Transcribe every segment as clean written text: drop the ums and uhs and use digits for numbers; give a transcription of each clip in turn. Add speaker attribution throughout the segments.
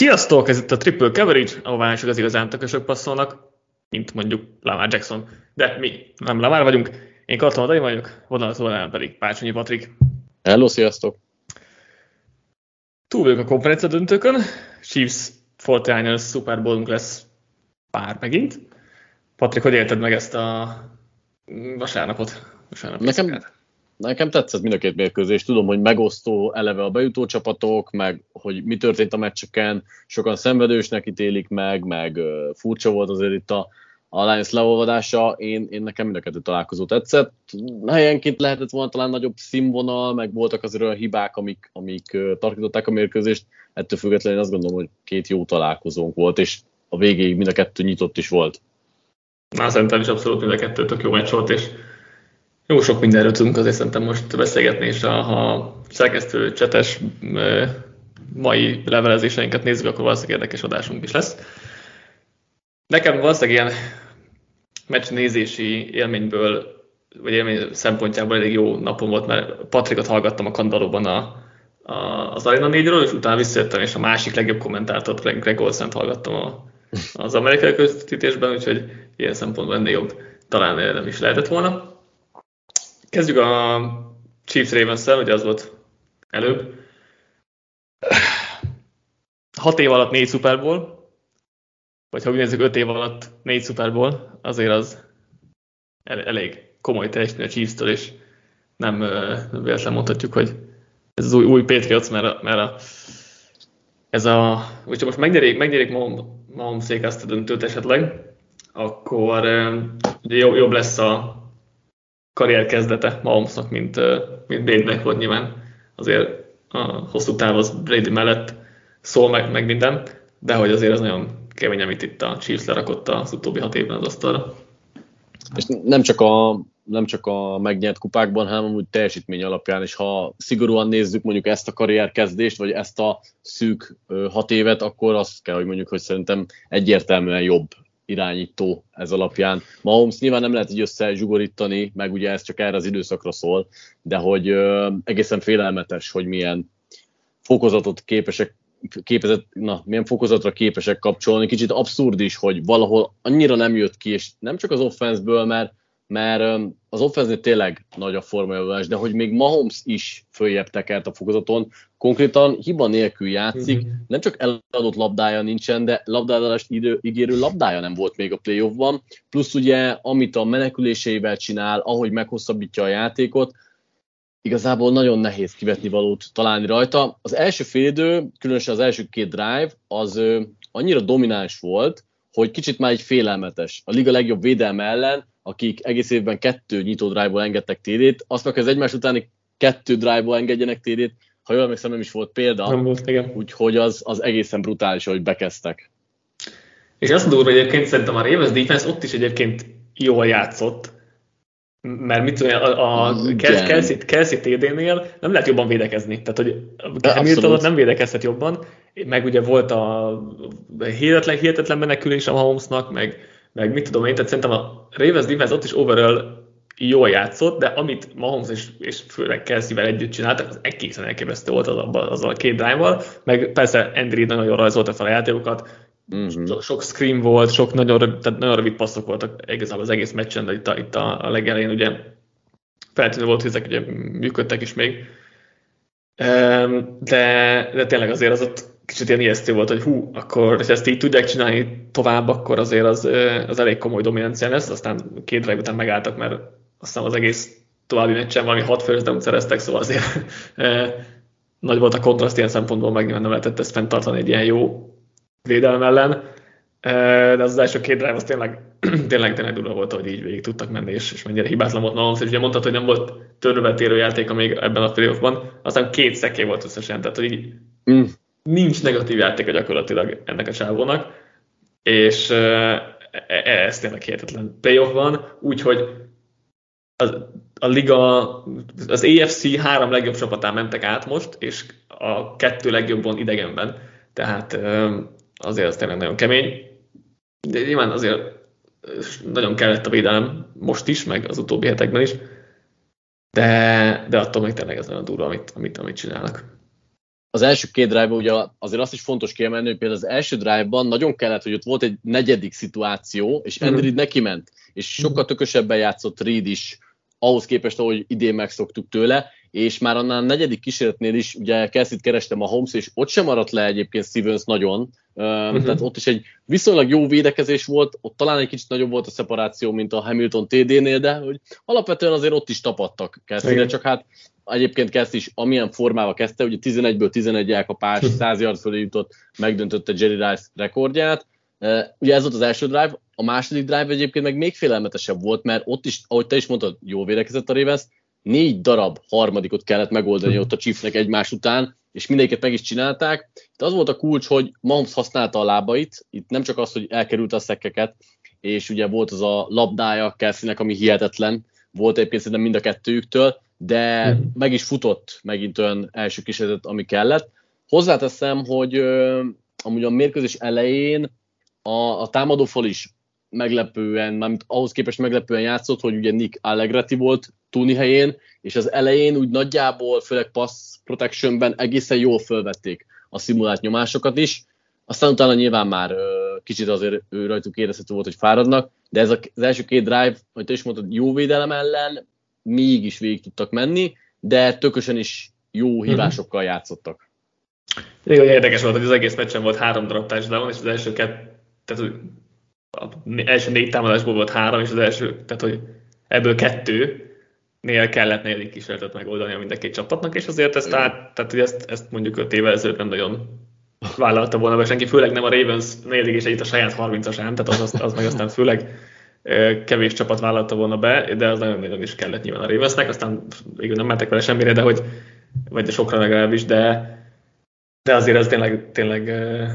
Speaker 1: Sziasztok! Ez itt a Triple Coverage, ahová mások az igazán tökösök passzolnak, mint mondjuk Lamar Jackson. De mi nem Lamar vagyunk. Én Katona Dani vagyok, vonalatól pedig Pácsonyi Patrik.
Speaker 2: Hello, sziasztok!
Speaker 1: Túl vagyok a konferencia döntőkön. Chiefs 49ers Super Bowlunk lesz pár megint. Patrik, hogy élted meg ezt a vasárnapot?
Speaker 2: Nekem tetszett mind a két mérkőzés. Tudom, hogy megosztó eleve a bejutó csapatok, meg hogy mi történt a meccseken. Sokan szenvedősnek ítélik meg furcsa volt azért itt a Lions leolvadása. Én nekem mind a kettő találkozó tetszett. Helyenként lehetett volna talán nagyobb színvonal, meg voltak azért olyan hibák, amik tarkították a mérkőzést. Ettől függetlenül azt gondolom, hogy két jó találkozónk volt, és a végéig mind a kettő nyitott is volt.
Speaker 1: Szerintem is abszolút mind a kettő tök jó meccs volt, és jó sok mindenről tudunk azért szerintem most beszélgetni, és ha szerkesztő csetes mai levelezéseinket nézzük, akkor valószínűleg érdekes adásunk is lesz. Nekem valószínűleg ilyen meccs nézési élményből, vagy élmény szempontjából elég jó napom volt, mert Patrikot hallgattam a Kandalóban az Arena 4-ről, és utána visszajöttem, és a másik legjobb kommentátort, Greg Olsent hallgattam az amerikai közvetítésben, úgyhogy ilyen szempontból ennél jobb talán nem is lehetett volna. Kezdjük a Chiefs Ravens-szel, ugye az volt előbb. 6 év alatt 4 Super Bowl, vagy ha úgy nézzük 5 év alatt 4 Super Bowl, azért az elég komoly teljesítmény a Chiefs-től, és nem véletlen mondhatjuk, hogy ez az új Patriots, mert hogyha most megnyerik Mahomes-ék ezt a döntőt esetleg, akkor ugye jobb lesz a karrier kezdete Mahomesnak, mint Bradynek volt nyilván. Azért a hosszú táv az Brady mellett szól meg minden, de hogy azért az nagyon kemény, amit itt a Chiefs lerakott az utóbbi 6 évben az asztalra.
Speaker 2: És nem csak a megnyert kupákban, hanem amúgy teljesítmény alapján, és ha szigorúan nézzük mondjuk ezt a karrierkezdést, vagy ezt a szűk 6 évet, akkor azt kell, hogy mondjuk, hogy szerintem egyértelműen jobb irányító ez alapján. Mahomes nyilván nem lehet így összezsugorítani, meg ugye ez csak erre az időszakra szól, de hogy egészen félelmetes, hogy milyen milyen fokozatra képesek kapcsolni. Kicsit abszurd is, hogy valahol annyira nem jött ki, és nem csak az offenszből, mert az offensznél tényleg nagy a formajavulás, de hogy még Mahomes is följebb tekert a fokozaton, konkrétan hiba nélkül játszik, nem csak eladott labdája nincsen, de labdálást ígérő labdája nem volt még a playoffban, plusz ugye, amit a meneküléseivel csinál, ahogy meghosszabbítja a játékot, igazából nagyon nehéz kivetni valót találni rajta. Az első félidő, különösen az első 2 drive, az annyira domináns volt, hogy kicsit már egy félelmetes. A liga legjobb védelme ellen, akik egész évben 2 nyitó drive-ból engedtek TD-t, azt meg az egymás utáni 2 drive-ból engedjenek TD-t, ha jól emlékszem, nem is volt példa.
Speaker 1: Nem volt, igen.
Speaker 2: Úgyhogy az egészen brutális, ahogy bekezdtek.
Speaker 1: És azt durva, hogy egyébként szerintem a Ravens defense ott is egyébként jól játszott, mert mit tudom, a Kelsey TD-nél nem lehet jobban védekezni. Tehát, hogy Hamilton nem védekezhet jobban, meg ugye volt a hihetetlen menekülés a Mahomesnak, meg mit tudom én, tehát szerintem a Ravens defense ott is overall jól játszott, de amit Mahomes és főleg Kelsey-vel együtt csináltak, az egészen elképesztő volt azzal a 2 drive-val, meg persze Andy Reid nagyon jól rajzolta fel a játékokat, sok screen volt, sok nagyon rövid passzok voltak igazából az egész meccsen, de itt a legelején ugye feltűnő volt, hogy ezek ugye működtek is még, de tényleg azért az ott kicsit ilyen ijesztő volt, hogy akkor, ha ezt így tudják csinálni tovább, akkor azért az elég komoly dominancia lesz, aztán 2 drive után megálltak, mert aztán az egész további meccsen valami 6 first down szereztek, szóval azért nagy volt a kontraszt ilyen szempontból, meg nem lehetett ezt fenntartani egy ilyen jó védelem ellen, de az első 2 drive az tényleg durva volt, hogy így végig tudtak menni, és mennyire hibátlan volt Mahomes, és ugye mondtad, hogy nem volt turnover térő játéka még ebben a playoffban, aztán 2 szeké volt összesen, tehát hogy így nincs negatív játéka gyakorlatilag ennek a csávónak, és ez tényleg hihetetlen playoffban, úgyhogy a liga, az AFC 3 legjobb csapatán mentek át most, és a 2 legjobbon idegenben, tehát azért az tényleg nagyon kemény, de nyilván azért nagyon kellett a védelem most is, meg az utóbbi hetekben is, de attól még tényleg ez nagyon durva, amit csinálnak.
Speaker 2: az első két drive-ban ugye azért azt is fontos kiemelni, hogy például az első drive-ban nagyon kellett, hogy ott volt egy negyedik szituáció, és Andy Reid neki ment, és sokkal tökösebben játszott Reid is, ahhoz képest, ahogy idén megszoktuk tőle, és már annál a negyedik kísérletnél is, ugye Kelsey-t kerestem a Holmes, és ott sem maradt le egyébként Stevens nagyon, tehát ott is egy viszonylag jó védekezés volt, ott talán egy kicsit nagyobb volt a szeparáció, mint a Hamilton TD-nél, de hogy alapvetően azért ott is tapadtak Kelsey-re, csak hát egyébként Kelsey is amilyen formával kezdte, ugye 11-ből 11 elkapás, 100 yard fölé jutott, megdöntötte Jerry Rice rekordját. Ugye ez volt az első drive, a második drive egyébként meg még félelmetesebb volt, mert ott is, ahogy te is mondtad, jól védekezett a Ravens, 4 darab harmadikot kellett megoldani ott a Chiefsnek egymás után, és mindegyiket meg is csinálták. Itt az volt a kulcs, hogy Mahomes használta a lábait, itt nem csak az, hogy elkerült a szekkeket, és ugye volt az a labdája Kelseynek, ami hihetetlen, volt egyébként szerintem mind a kettőjüktől, de meg is futott megint olyan első kísérletet, ami kellett. Hozzáteszem, hogy amúgy a mérkőzés elején a támadófal is meglepően, mármint ahhoz képest meglepően játszott, hogy ugye Nick Allegretti volt Tooney helyén, és az elején úgy nagyjából, főleg pass protectionben egészen jól fölvették a szimulált nyomásokat is. Aztán utána nyilván már kicsit azért rajtuk érezhető volt, hogy fáradnak, de ez az első két drive, hogy te is mondtad, jó védelem ellen mégis végig tudtak menni, de tökösen is jó hívásokkal játszottak.
Speaker 1: Igen, érdekes volt, hogy az egész meccsen volt 3 darab touchdown, és az első tehát az első 4 támadásból volt 3, és az első, tehát hogy ebből 2-nél kellett 4. kísérletet megoldani a mind a két csapatnak, és azért tehát hogy ezt mondjuk 5 évvel ezelőtt nem nagyon vállalta volna be senki, főleg nem a Ravens 4. és együtt a saját 30-asán, tehát az meg aztán főleg kevés csapat vállalta volna be, de az nagyon is kellett nyilván a Ravensnek, aztán végül nem mentek vele semmire, de vagy sokra legalábbis, de azért ez tényleg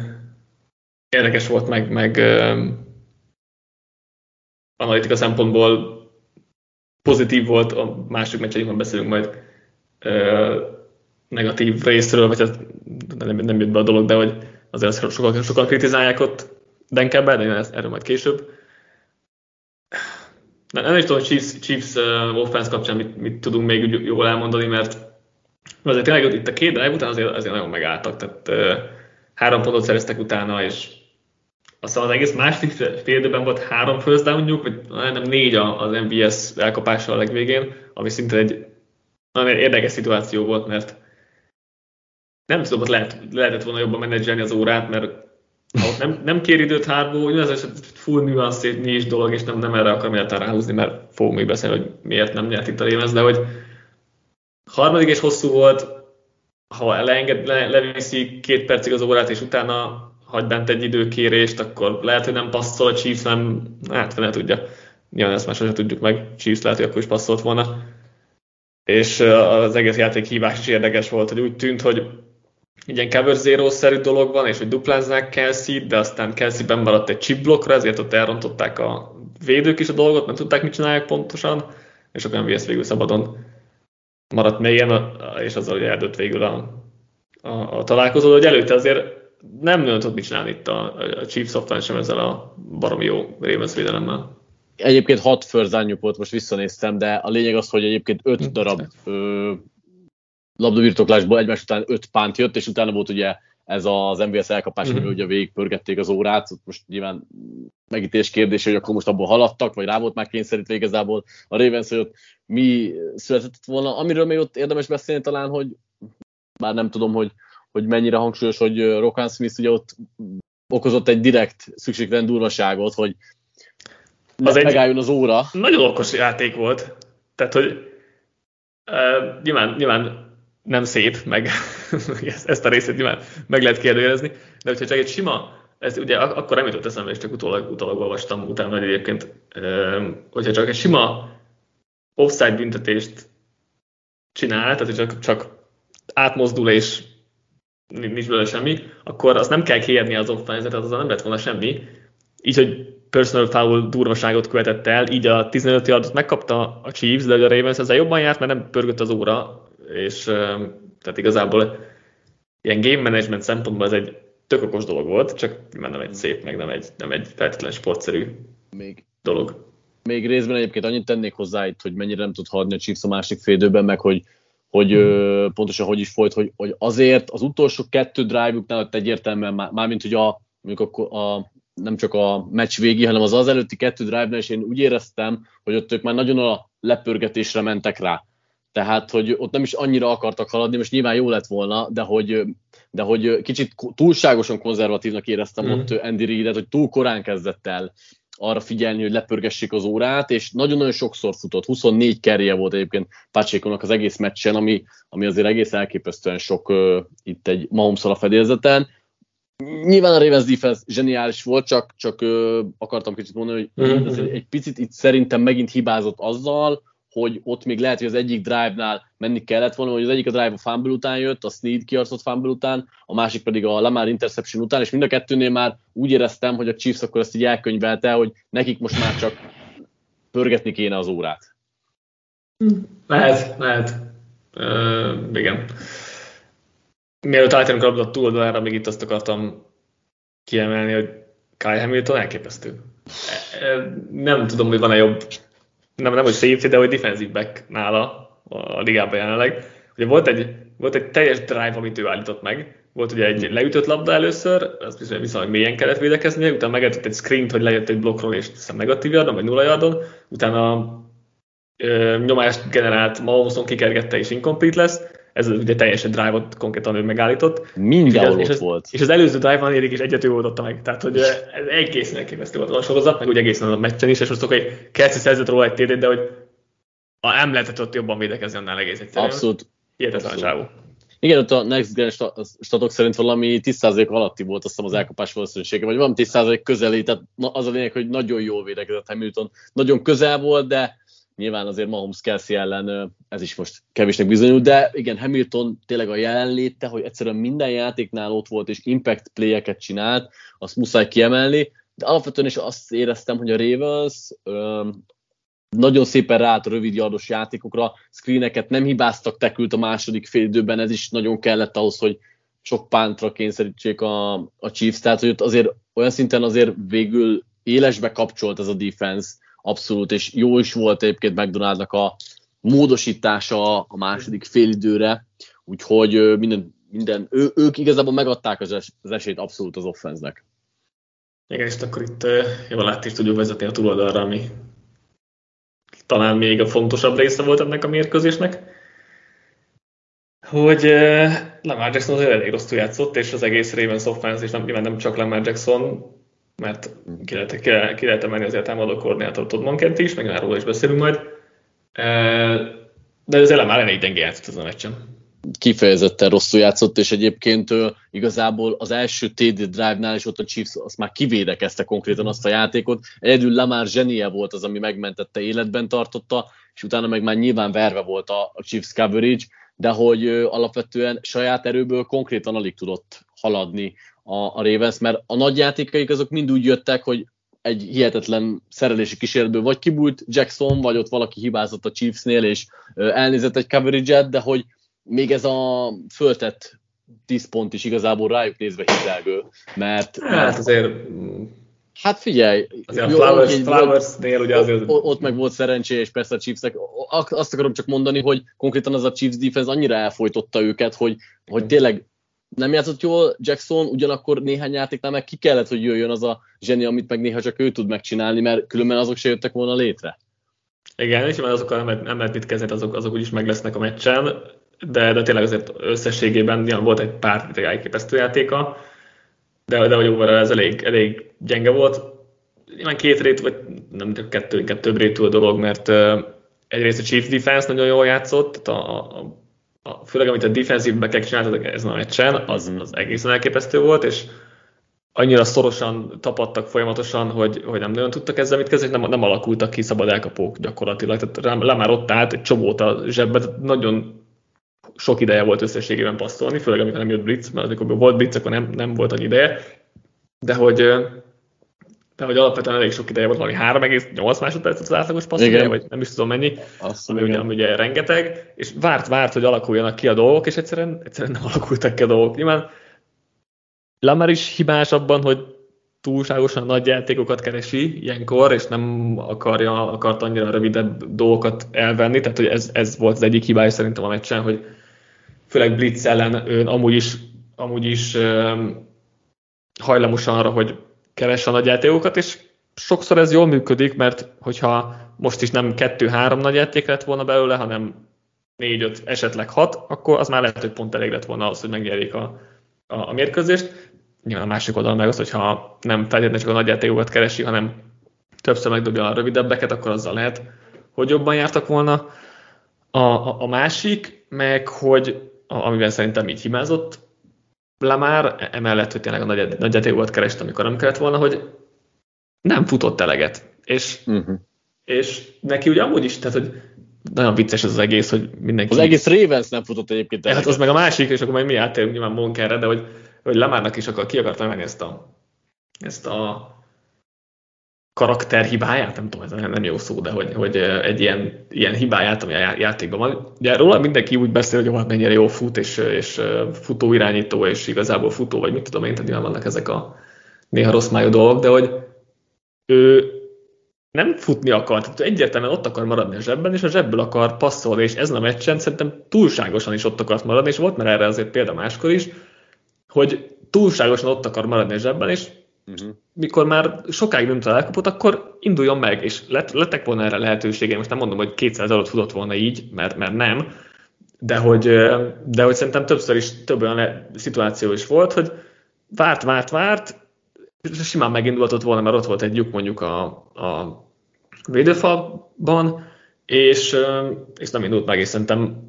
Speaker 1: érdekes volt, meg analitika szempontból pozitív volt, a másik meccseinkben beszélünk majd negatív részről, vagy hát nem jött be a dolog, de hogy azért sokan kritizálják ott Denkelben, de erről majd később. Nem is tudom, hogy Chiefs offense kapcsán mit tudunk még jól elmondani, mert azért tényleg itt a két drive után azért nagyon megálltak, tehát 3 pontot szereztek utána, és aztán az egész második fél időben volt 3 first downjuk, vagy nem 4 az MVS elkapása a legvégén, ami szinte egy nagyon érdekes szituáció volt, mert nem tudom, hogy lehetett volna jobban menedzselni az órát, mert ott nem kér időt Harbaugh, ez egy full nüanszés dolog, és nem erre akarom egyáltalán ráhúzni, mert fogunk még beszélni, hogy miért nem nyert itt a Ravens, de hogy harmadik és hosszú volt, ha leviszi 2 percig az órát, és utána hagy bent egy időkérést, akkor lehet, hogy nem passzol a Chiefs, nem, hát fel tudja. Nyilván ezt már sosem tudjuk meg, Chiefs lehet, hogy akkor is passzolt volna. És az egész játékhívás is érdekes volt, hogy úgy tűnt, hogy ilyen cover zero-szerű dolog van, és hogy duplázzák Kelsey-t, de aztán Kelsey-ben maradt egy chip blokkra, ezért ott elrontották a védők is a dolgot, nem tudták, mit csinálják pontosan, és akkor MVS végül szabadon maradt mélyen, és azzal, hogy eldőtt végül a találkozó, hogy előtte azért nem nagyon tud mit csinálni itt a Chiefs offense sem ezzel a baromi jó Ravens védelemmel.
Speaker 2: Egyébként 6 first downjuk volt, most visszanéztem, de a lényeg az, hogy egyébként 5 darab labdabirtoklásból egymás után 5 pánt jött, és utána volt ugye ez az MVS elkapás, amivel ugye végigpörgették az órát. Most nyilván megítés kérdés, hogy akkor most abból haladtak, vagy rá volt már kényszerítve igazából a Ravens, hogy ott mi született volna. Amiről még ott érdemes beszélni talán, hogy bár nem tudom, hogy mennyire hangsúlyos, hogy Roquan Smith ugye ott okozott egy direkt szükségtelen durvaságot, hogy megálljon az óra.
Speaker 1: Nagyon okos játék volt. Tehát, hogy nyilván nem szép, meg ezt a részét nyilván meg lehet kérdőjelezni, de hogyha csak egy sima, ez ugye akkor nem jutott eszembe, és csak utólag olvastam utána, hogy egyébként, hogyha csak egy sima offside büntetést csinál, tehát hogy csak átmozdul és nincs belőle semmi, akkor azt nem kell kérni az offense-et, tehát azzal nem lett volna semmi. Így, hogy personal foul durvaságot követett el, így a 15 yardot megkapta a Chiefs, de a Ravens ezzel jobban járt, mert nem pörgött az óra, és tehát igazából ilyen game management szempontból ez egy tök okos dolog volt, csak nem egy szép, meg nem egy feltétlen sportszerű dolog.
Speaker 2: Még részben egyébként annyit tennék hozzá itt, hogy mennyire nem tud haladni a Chiefs a másik fél időben, meg hogy hogy pontosan hogy is folyt, hogy azért az utolsó 2 drive-uknál ott egyértelműen mármint, hogy nem csak a meccs végé, hanem az előtti 2 drive-nál, és én úgy éreztem, hogy ott ők már nagyon a lepörgetésre mentek rá. Tehát, hogy ott nem is annyira akartak haladni, most nyilván jó lett volna, de hogy kicsit túlságosan konzervatívnak éreztem ott Andy Reidet, hogy túl korán kezdett el arra figyelni, hogy lepörgessék az órát, és nagyon-nagyon sokszor futott. 24 carry-je volt egyébként Pacheconak az egész meccsen, ami azért egész elképesztően sok itt egy Mahomes-szal a fedélzeten. Nyilván a Ravens defense zseniális volt, csak akartam kicsit mondani, hogy egy picit itt szerintem megint hibázott azzal, hogy ott még lehet, hogy az egyik drive-nál menni kellett volna, hogy az egyik a drive a fumble után jött, a Snead kiarcolt fumble után, a másik pedig a Lamar interception után, és mind a kettőnél már úgy éreztem, hogy a Chiefs akkor ezt így elkönyvelte, hogy nekik most már csak pörgetni kéne az órát.
Speaker 1: Lehet. Igen. Mielőtt átjönünk a túloldalára, még itt azt akartam kiemelni, hogy Kyle Hamilton elképesztő. Nem tudom, hogy van-e jobb, nem hogy safety, de hogy defensive back nála a ligában jelenleg. Ugye volt egy teljes drive, amit ő állított meg. Volt ugye egy leütött labda először, azt viszonylag mélyen kellett védekeznie, utána megetett egy screent, hogy lejött egy blokkról, és hiszem negatív yardon, vagy 0 yardon, utána nyomást generált, Mahomeson kikergette, és incomplete lesz. Ez ugye teljesen drive-ot konkrétan ő megállított.
Speaker 2: Mindenhol ott volt.
Speaker 1: És az előző drive-ban érik is egyet ő oldotta meg. Tehát, hogy ez egészen elképesztő volt a sorozat, meg úgy egészen a meccsen is, és most hogy Kelsey szerzett róla egy TD-t, de hogy nem lehetett ott jobban védekezni annál egész egyszerűen.
Speaker 2: Abszolút.
Speaker 1: Hihetetlen a csávó.
Speaker 2: Igen, ott a Next Gen statok szerint valami 10% alatti volt, azt hiszem az elkapás valószínűsége, vagy valami 10% közeli, tehát az a lényeg, hogy nagyon jól védekezett Hamilton. Nagyon közel volt, de nyilván azért Mahomes Kelsey ellen ez is most kevésnek bizonyul, de igen, Hamilton tényleg a jelenléte, hogy egyszerűen minden játéknál ott volt, és impact play-eket csinált, azt muszáj kiemelni, de alapvetően is azt éreztem, hogy a Ravens nagyon szépen ráállt a rövid yardos játékokra, screeneket nem hibáztak, tekült a második fél időben, ez is nagyon kellett ahhoz, hogy sok pántra kényszerítsék a Chiefs, tehát hogy ott azért olyan szinten azért végül élesbe kapcsolt ez a defense, abszolút, és jó is volt egyébként McDonaldnak a módosítása a második félidőre, úgyhogy ők igazából megadták az esélyt abszolút az offense-nek.
Speaker 1: Igen, és akkor itt jól át is tudjuk vezetni a túloldalra, ami talán még a fontosabb része volt ennek a mérkőzésnek, hogy Lamar Jackson azért elég rosszul játszott, és az egész Ravens offense, és nem csak Lamar Jackson, mert ki lehet emelni azért támadó koordinátor Todd Monken is, meg már róla is beszélünk majd, de az Lamar elég gyengén játszott ezen a meccsen.
Speaker 2: Kifejezetten rosszul játszott, és egyébként igazából az első TD drive-nál is ott a Chiefs azt már kivédekezte konkrétan azt a játékot. Egyedül Lamar zsenie volt az, ami megmentette, életben tartotta, és utána meg már nyilván verve volt a Chiefs coverage, de hogy alapvetően saját erőből konkrétan alig tudott haladni a Ravens, mert a nagy játékaik azok mind úgy jöttek, hogy egy hihetetlen szerelési kísérletből vagy kibújt Jackson, vagy ott valaki hibázott a Chiefsnél, és elnézett egy coverage-et, de hogy még ez a föltett 10 pont is igazából rájuk nézve hitelgő, mert
Speaker 1: hát azért...
Speaker 2: Hát figyelj,
Speaker 1: azért a Flowers-nél ugye azért...
Speaker 2: Ott meg volt szerencsé, és persze a Chiefsnek, azt akarom csak mondani, hogy konkrétan az a Chiefs defense annyira elfojtotta őket, hogy tényleg nem játszott jól Jackson, ugyanakkor néhány játéknál meg ki kellett, hogy jöjjön az a zseni, amit meg néha csak ő tud megcsinálni, mert különben azok se jöttek volna létre. Igen,
Speaker 1: és mert azokkal nem lehet mit kezdeni, azok úgyis meg lesznek a meccsen, de tényleg azért összességében volt egy pár elképesztő játéka, de hogy overall ez elég gyenge volt. Nyilván két rét, vagy nem kettő, inkább több rétű a dolog, mert egyrészt a Chiefs defense nagyon jól játszott, főleg amit a defensive backek csináltak ezen a meccsen, az egészen elképesztő volt, és annyira szorosan tapadtak folyamatosan, hogy nem nagyon tudtak ezzel mit kezdeni, nem alakultak ki szabad elkapók gyakorlatilag. Tehát Lamar ott állt egy csomót a zsebbe, tehát nagyon sok ideje volt összességében passzolni, főleg amikor nem jött blitz, mert amikor volt blitz, akkor nem volt annyi ideje, de hogy alapvetően elég sok ideje volt, valami 3,8 másodperc az átlagos passzolja, vagy nem is tudom mennyi, ami ugye rengeteg, és várt, hogy alakuljanak ki a dolgok, és egyszerűen nem alakultak ki a dolgok. Nyilván Lamar is hibás abban, hogy túlságosan nagy játékokat keresi ilyenkor, és nem akart annyira rövidebb dolgokat elvenni, tehát hogy ez volt az egyik hibája szerintem a meccsen, hogy főleg blitz ellen ő amúgy is hajlamos arra, hogy keresse a nagy játékokat, és sokszor ez jól működik, mert hogyha most is nem 2-3 nagy játék lett volna belőle, hanem 4-5, esetleg 6, akkor az már lehet, hogy pont elég lett volna ahhoz, hogy megnyerjék a mérkőzést. Nyilván a másik oldalon meg az, hogyha nem feltétlenül csak a nagy játékokat keresi, hanem többször megdobja a rövidebbeket, akkor azzal lehet, hogy jobban jártak volna. A másik, meg hogy amiben szerintem így hibázott Lamar, emellett, hogy tényleg a nagy játékokat kereste, amikor nem kellett volna, hogy nem futott eleget. És neki ugye amúgy is, tehát hogy nagyon vicces ez az egész, hogy mindenki...
Speaker 2: Az egész Ravens nem futott egyébként eleget.
Speaker 1: Hát az meg a másik, és akkor majd mi áttérünk nyilván Monkenre, de hogy Lamarnak is ki akartam venni ezt a karakterhibáját, nem tudom, ez nem jó szó, de hogy egy ilyen hibáját, ami a játékban van. Ugye róla mindenki úgy beszél, hogy mennyire jó fut, és futó irányító, és igazából futó, vagy mit tudom én, tehát vannak ezek a néha rossz májú dolgok, de hogy ő nem futni akar, tehát egyértelműen ott akar maradni a zsebben, és a zsebből akar passzolni, és ezen a meccsen szerintem túlságosan is ott akart maradni, és volt már erre azért példa máskor is, hogy túlságosan ott akar maradni a zsebben, és mikor már sokáig nem találkapott, akkor induljon meg, és lettek volna erre lehetősége. Most nem mondom, hogy 200 alatt futott volna így, mert nem, de hogy szerintem többször is több olyan szituáció is volt, hogy várt, és simán megindulhatott volna, mert ott volt egy lyuk mondjuk a védőfalban, és nem indult meg, és szerintem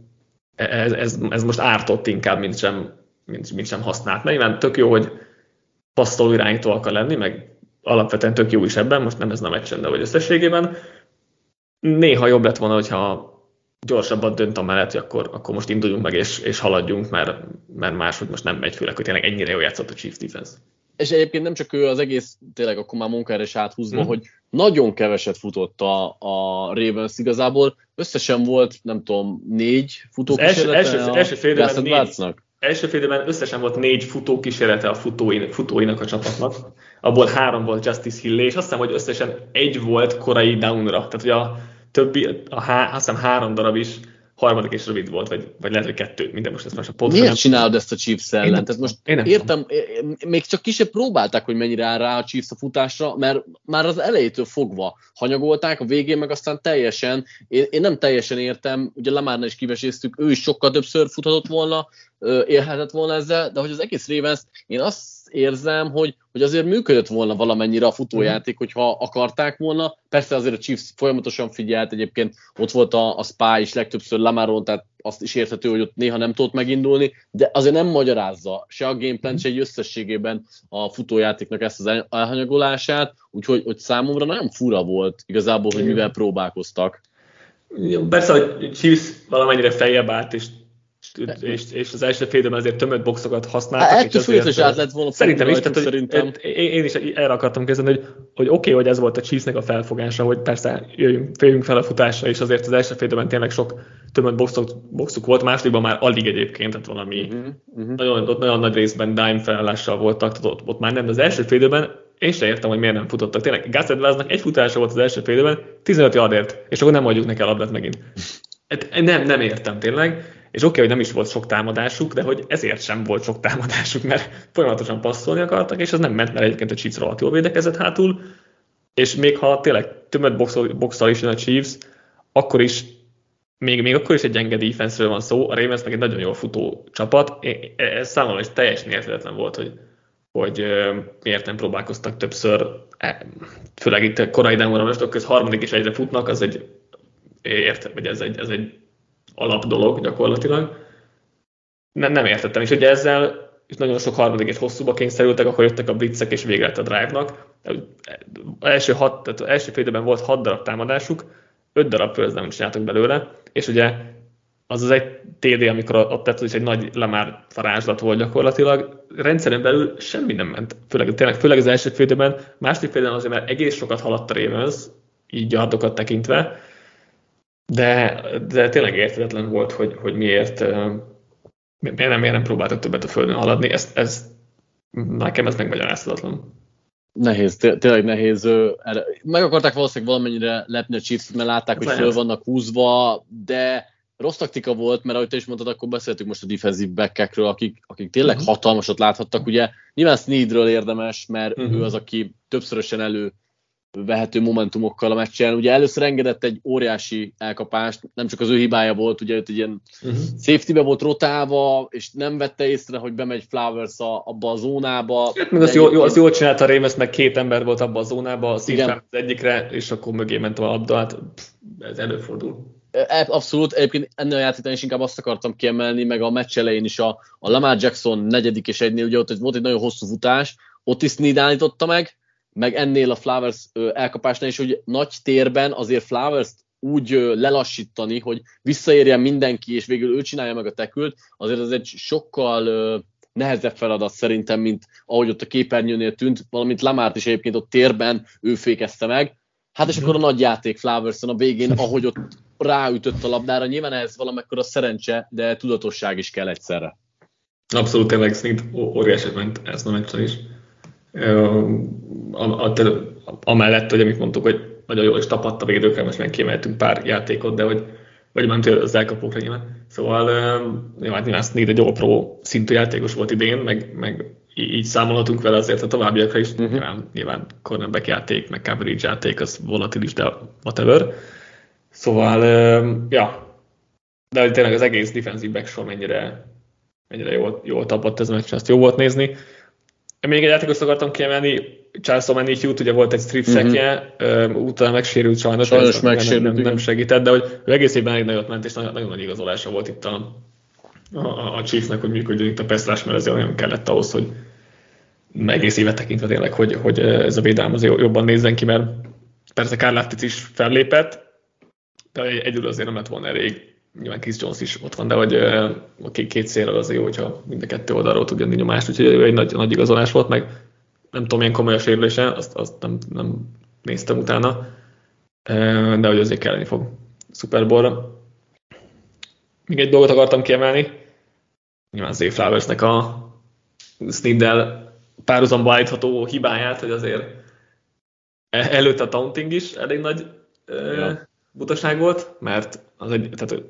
Speaker 1: ez most ártott inkább, mint sem használt. Mert nyilván tök jó, hogy passzoló irányító akar lenni, meg alapvetően tök jó is ebben, most nem ez a meccsen, de vagy összességében. Néha jobb lett volna, hogyha gyorsabban dönt amellett, hogy akkor most induljunk meg és haladjunk, mert máshogy most nem megy, főleg, hogy tényleg ennyire jól játszott a Chiefs defense.
Speaker 2: És egyébként nem csak ő, az egész, tényleg akkor már munkára is áthúzva, hogy nagyon keveset futott a Ravens igazából. Összesen volt, nem tudom, 4 futókísérlete első fél időben
Speaker 1: összesen volt 4 futókísérlete a futóinak a csapatnak. Abból 3 volt Justice Hill, és azt hiszem, hogy összesen 1 volt korai downra. Tehát, hogy a többi, azt hiszem 3 darab is harmadik és rövid volt, vagy lehet, hogy 2, minden most ezt most a pontosan.
Speaker 2: Miért csinálod ezt a Chiefs ellen? Tehát most értem, még csak ki se próbálták, hogy mennyire áll rá a Chiefs a futásra, mert már az elejétől fogva hanyagolták, a végén meg aztán teljesen, én nem teljesen értem, ugye Lamarnál is kiveséztük, ő is sokkal többször futhatott volna, élhetett volna ezzel, de hogy az egész Ravens, én azt érzem, hogy azért működött volna valamennyire a futójáték, hogyha akarták volna. Persze azért a Chiefs folyamatosan figyelt, egyébként ott volt a spy is legtöbbször Lamaron, tehát azt is érthető, hogy ott néha nem tudott megindulni, de azért nem magyarázza se a gameplan, se egy összességében a futójátéknak ezt az elhanyagolását, úgyhogy hogy számomra nagyon fura volt igazából, hogy mivel próbálkoztak.
Speaker 1: Persze, hogy Chiefs valamennyire feljebb állt, és az első fél időben azért tömött boxokat használtak.
Speaker 2: Ettől függetlenül át lett volna.
Speaker 1: Szerintem is, tehát, én is erre akartam kezdeni, hogy oké, hogy ez volt a Chiefsnek a felfogása, hogy persze féljünk fel a futásra, és azért az első fél időben tényleg sok tömött boxuk volt, másodikban már alig egyébként, tehát valami nagyon nagy részben dime felállással voltak, tehát ott már nem, de az első fél időben én sem értem, hogy miért nem futottak. Tényleg Gus Edwardsnak egy futása volt az első fél időben, 15 yardért, és akkor nem adjuk neki a labdát megint. Nem értem tényleg. És oké, hogy nem is volt sok támadásuk, de hogy ezért sem volt sok támadásuk, mert folyamatosan passzolni akartak, és az nem ment, mert egyébként a Chiefs rohadt jól védekezett hátul, és még ha tényleg többet boxol is jön a Chiefs, akkor is, még akkor is egy gyenge defense-ről van szó, a Ravens meg egy nagyon jól futó csapat. Ez számomra is teljesen érthetetlen volt, hogy miért nem próbálkoztak többször, főleg itt a korai demóra, most köz harmadik is egyre futnak, az egy, értem, hogy ez egy alap dolog gyakorlatilag. Nem értettem, és ugye ezzel és nagyon sok harmadik és hosszúba kényszerültek, akkor jöttek a blitzek és vége lett a drive-nak. Első fél időben volt 6 darab támadásuk, 5 darab first down csináltak belőle, és ugye az egy TD, amikor ott tett, hogy egy nagy Lamar varázslat volt gyakorlatilag. Rendszeren belül semmi nem ment, főleg az első fél időben, második fél időben azért, mert egész sokat haladt a Ravens, így yardokat tekintve, de tényleg érthetetlen volt, hogy miért nem próbáltak többet a földön haladni, nekem ez megmagyarázhatatlan.
Speaker 2: Nehéz, tényleg nehéz. Meg akarták valószínűleg valamennyire lepni a Chiefs, mert látták, hogy föl vannak húzva, de rossz taktika volt, mert ahogy te is mondtad, akkor beszéltük most a defensive back-ekről, akik tényleg hatalmasat láthattak. Ugye nyilván Sneadről érdemes, mert ő az, aki többszörösen elővehető momentumokkal a meccsen. Ugye először engedett egy óriási elkapást, nem csak az ő hibája volt, ugye őt egy ilyen safety-be volt rotálva, és nem vette észre, hogy bemegy Flowers abba a zónába.
Speaker 1: Meg az jól csinálta Rémes, meg két ember volt abba a zónába, a szívfám az egyikre, és akkor mögé ment a labda, hát ez előfordul.
Speaker 2: Abszolút, egyébként ennél a játékban is inkább azt akartam kiemelni, meg a meccs elején is a Lamar Jackson 4. és 1-nél, ugye ott volt egy nagyon hosszú futás, ott is Snead állította meg ennél a Flowers elkapásnál is, hogy nagy térben azért Flowers-t úgy lelassítani, hogy visszaérjen mindenki, és végül ő csinálja meg a tekült, azért ez egy sokkal nehezebb feladat szerintem, mint ahogy ott a képernyőnél tűnt, valamint Lamart is egyébként ott térben ő fékezte meg. Hát és akkor a nagy játék Flowerson a végén, ahogy ott ráütött a labdára, nyilván ez valamekkora szerencse, de tudatosság is kell egyszerre.
Speaker 1: Abszolút, tényleg Snead óriási ment ezt a meccsen is. Amellett, hogy amit mondtuk, hogy nagyon jól is tapadt a védőkre, most meg kiemeltünk pár játékot, de hogy ment az elkapókra nyilván. Szóval nyilván Snead egy All-Pro szintű játékos volt idén, meg így számolhatunk vele azért a továbbiakra is. Nyilván cornerback játék, meg coverage játék, az volatilis, de whatever. Szóval, de hogy tényleg az egész defensive back sor mennyire jól tapadt ez a meccs, ezt jó volt nézni. Még egy játékost akartam kiemelni, Charles Omenihu-t, ugye volt egy strip sackje, utána megsérült sajnos nem segített, de hogy ő egész évben elég nagyot ment, és nagyon nagy igazolása volt itt a Chiefsnek, hogy működjön itt a pass rush, mert ezért nagyon kellett ahhoz, hogy egész évet tekintve tényleg, hogy ez a védelem az jobban nézzen ki, mert persze Karlaftis is fellépett, de egyedül azért nem lett volna elég. Nyilván Chris Jones is ott van, de hogy a két szélről az jó, hogyha mind a kettő oldalról tud jönni nyomást, úgyhogy egy nagy igazolás volt, meg nem tudom, milyen komoly a sérülése, azt nem néztem utána, de hogy azért kelleni fog Super Bowl-ra. Még egy dolgot akartam kiemelni, nyilván Zay Flowersnek a Sneaddel párhuzamba állítható hibáját, hogy azért előtte a taunting is elég nagy butaság volt, mert tehát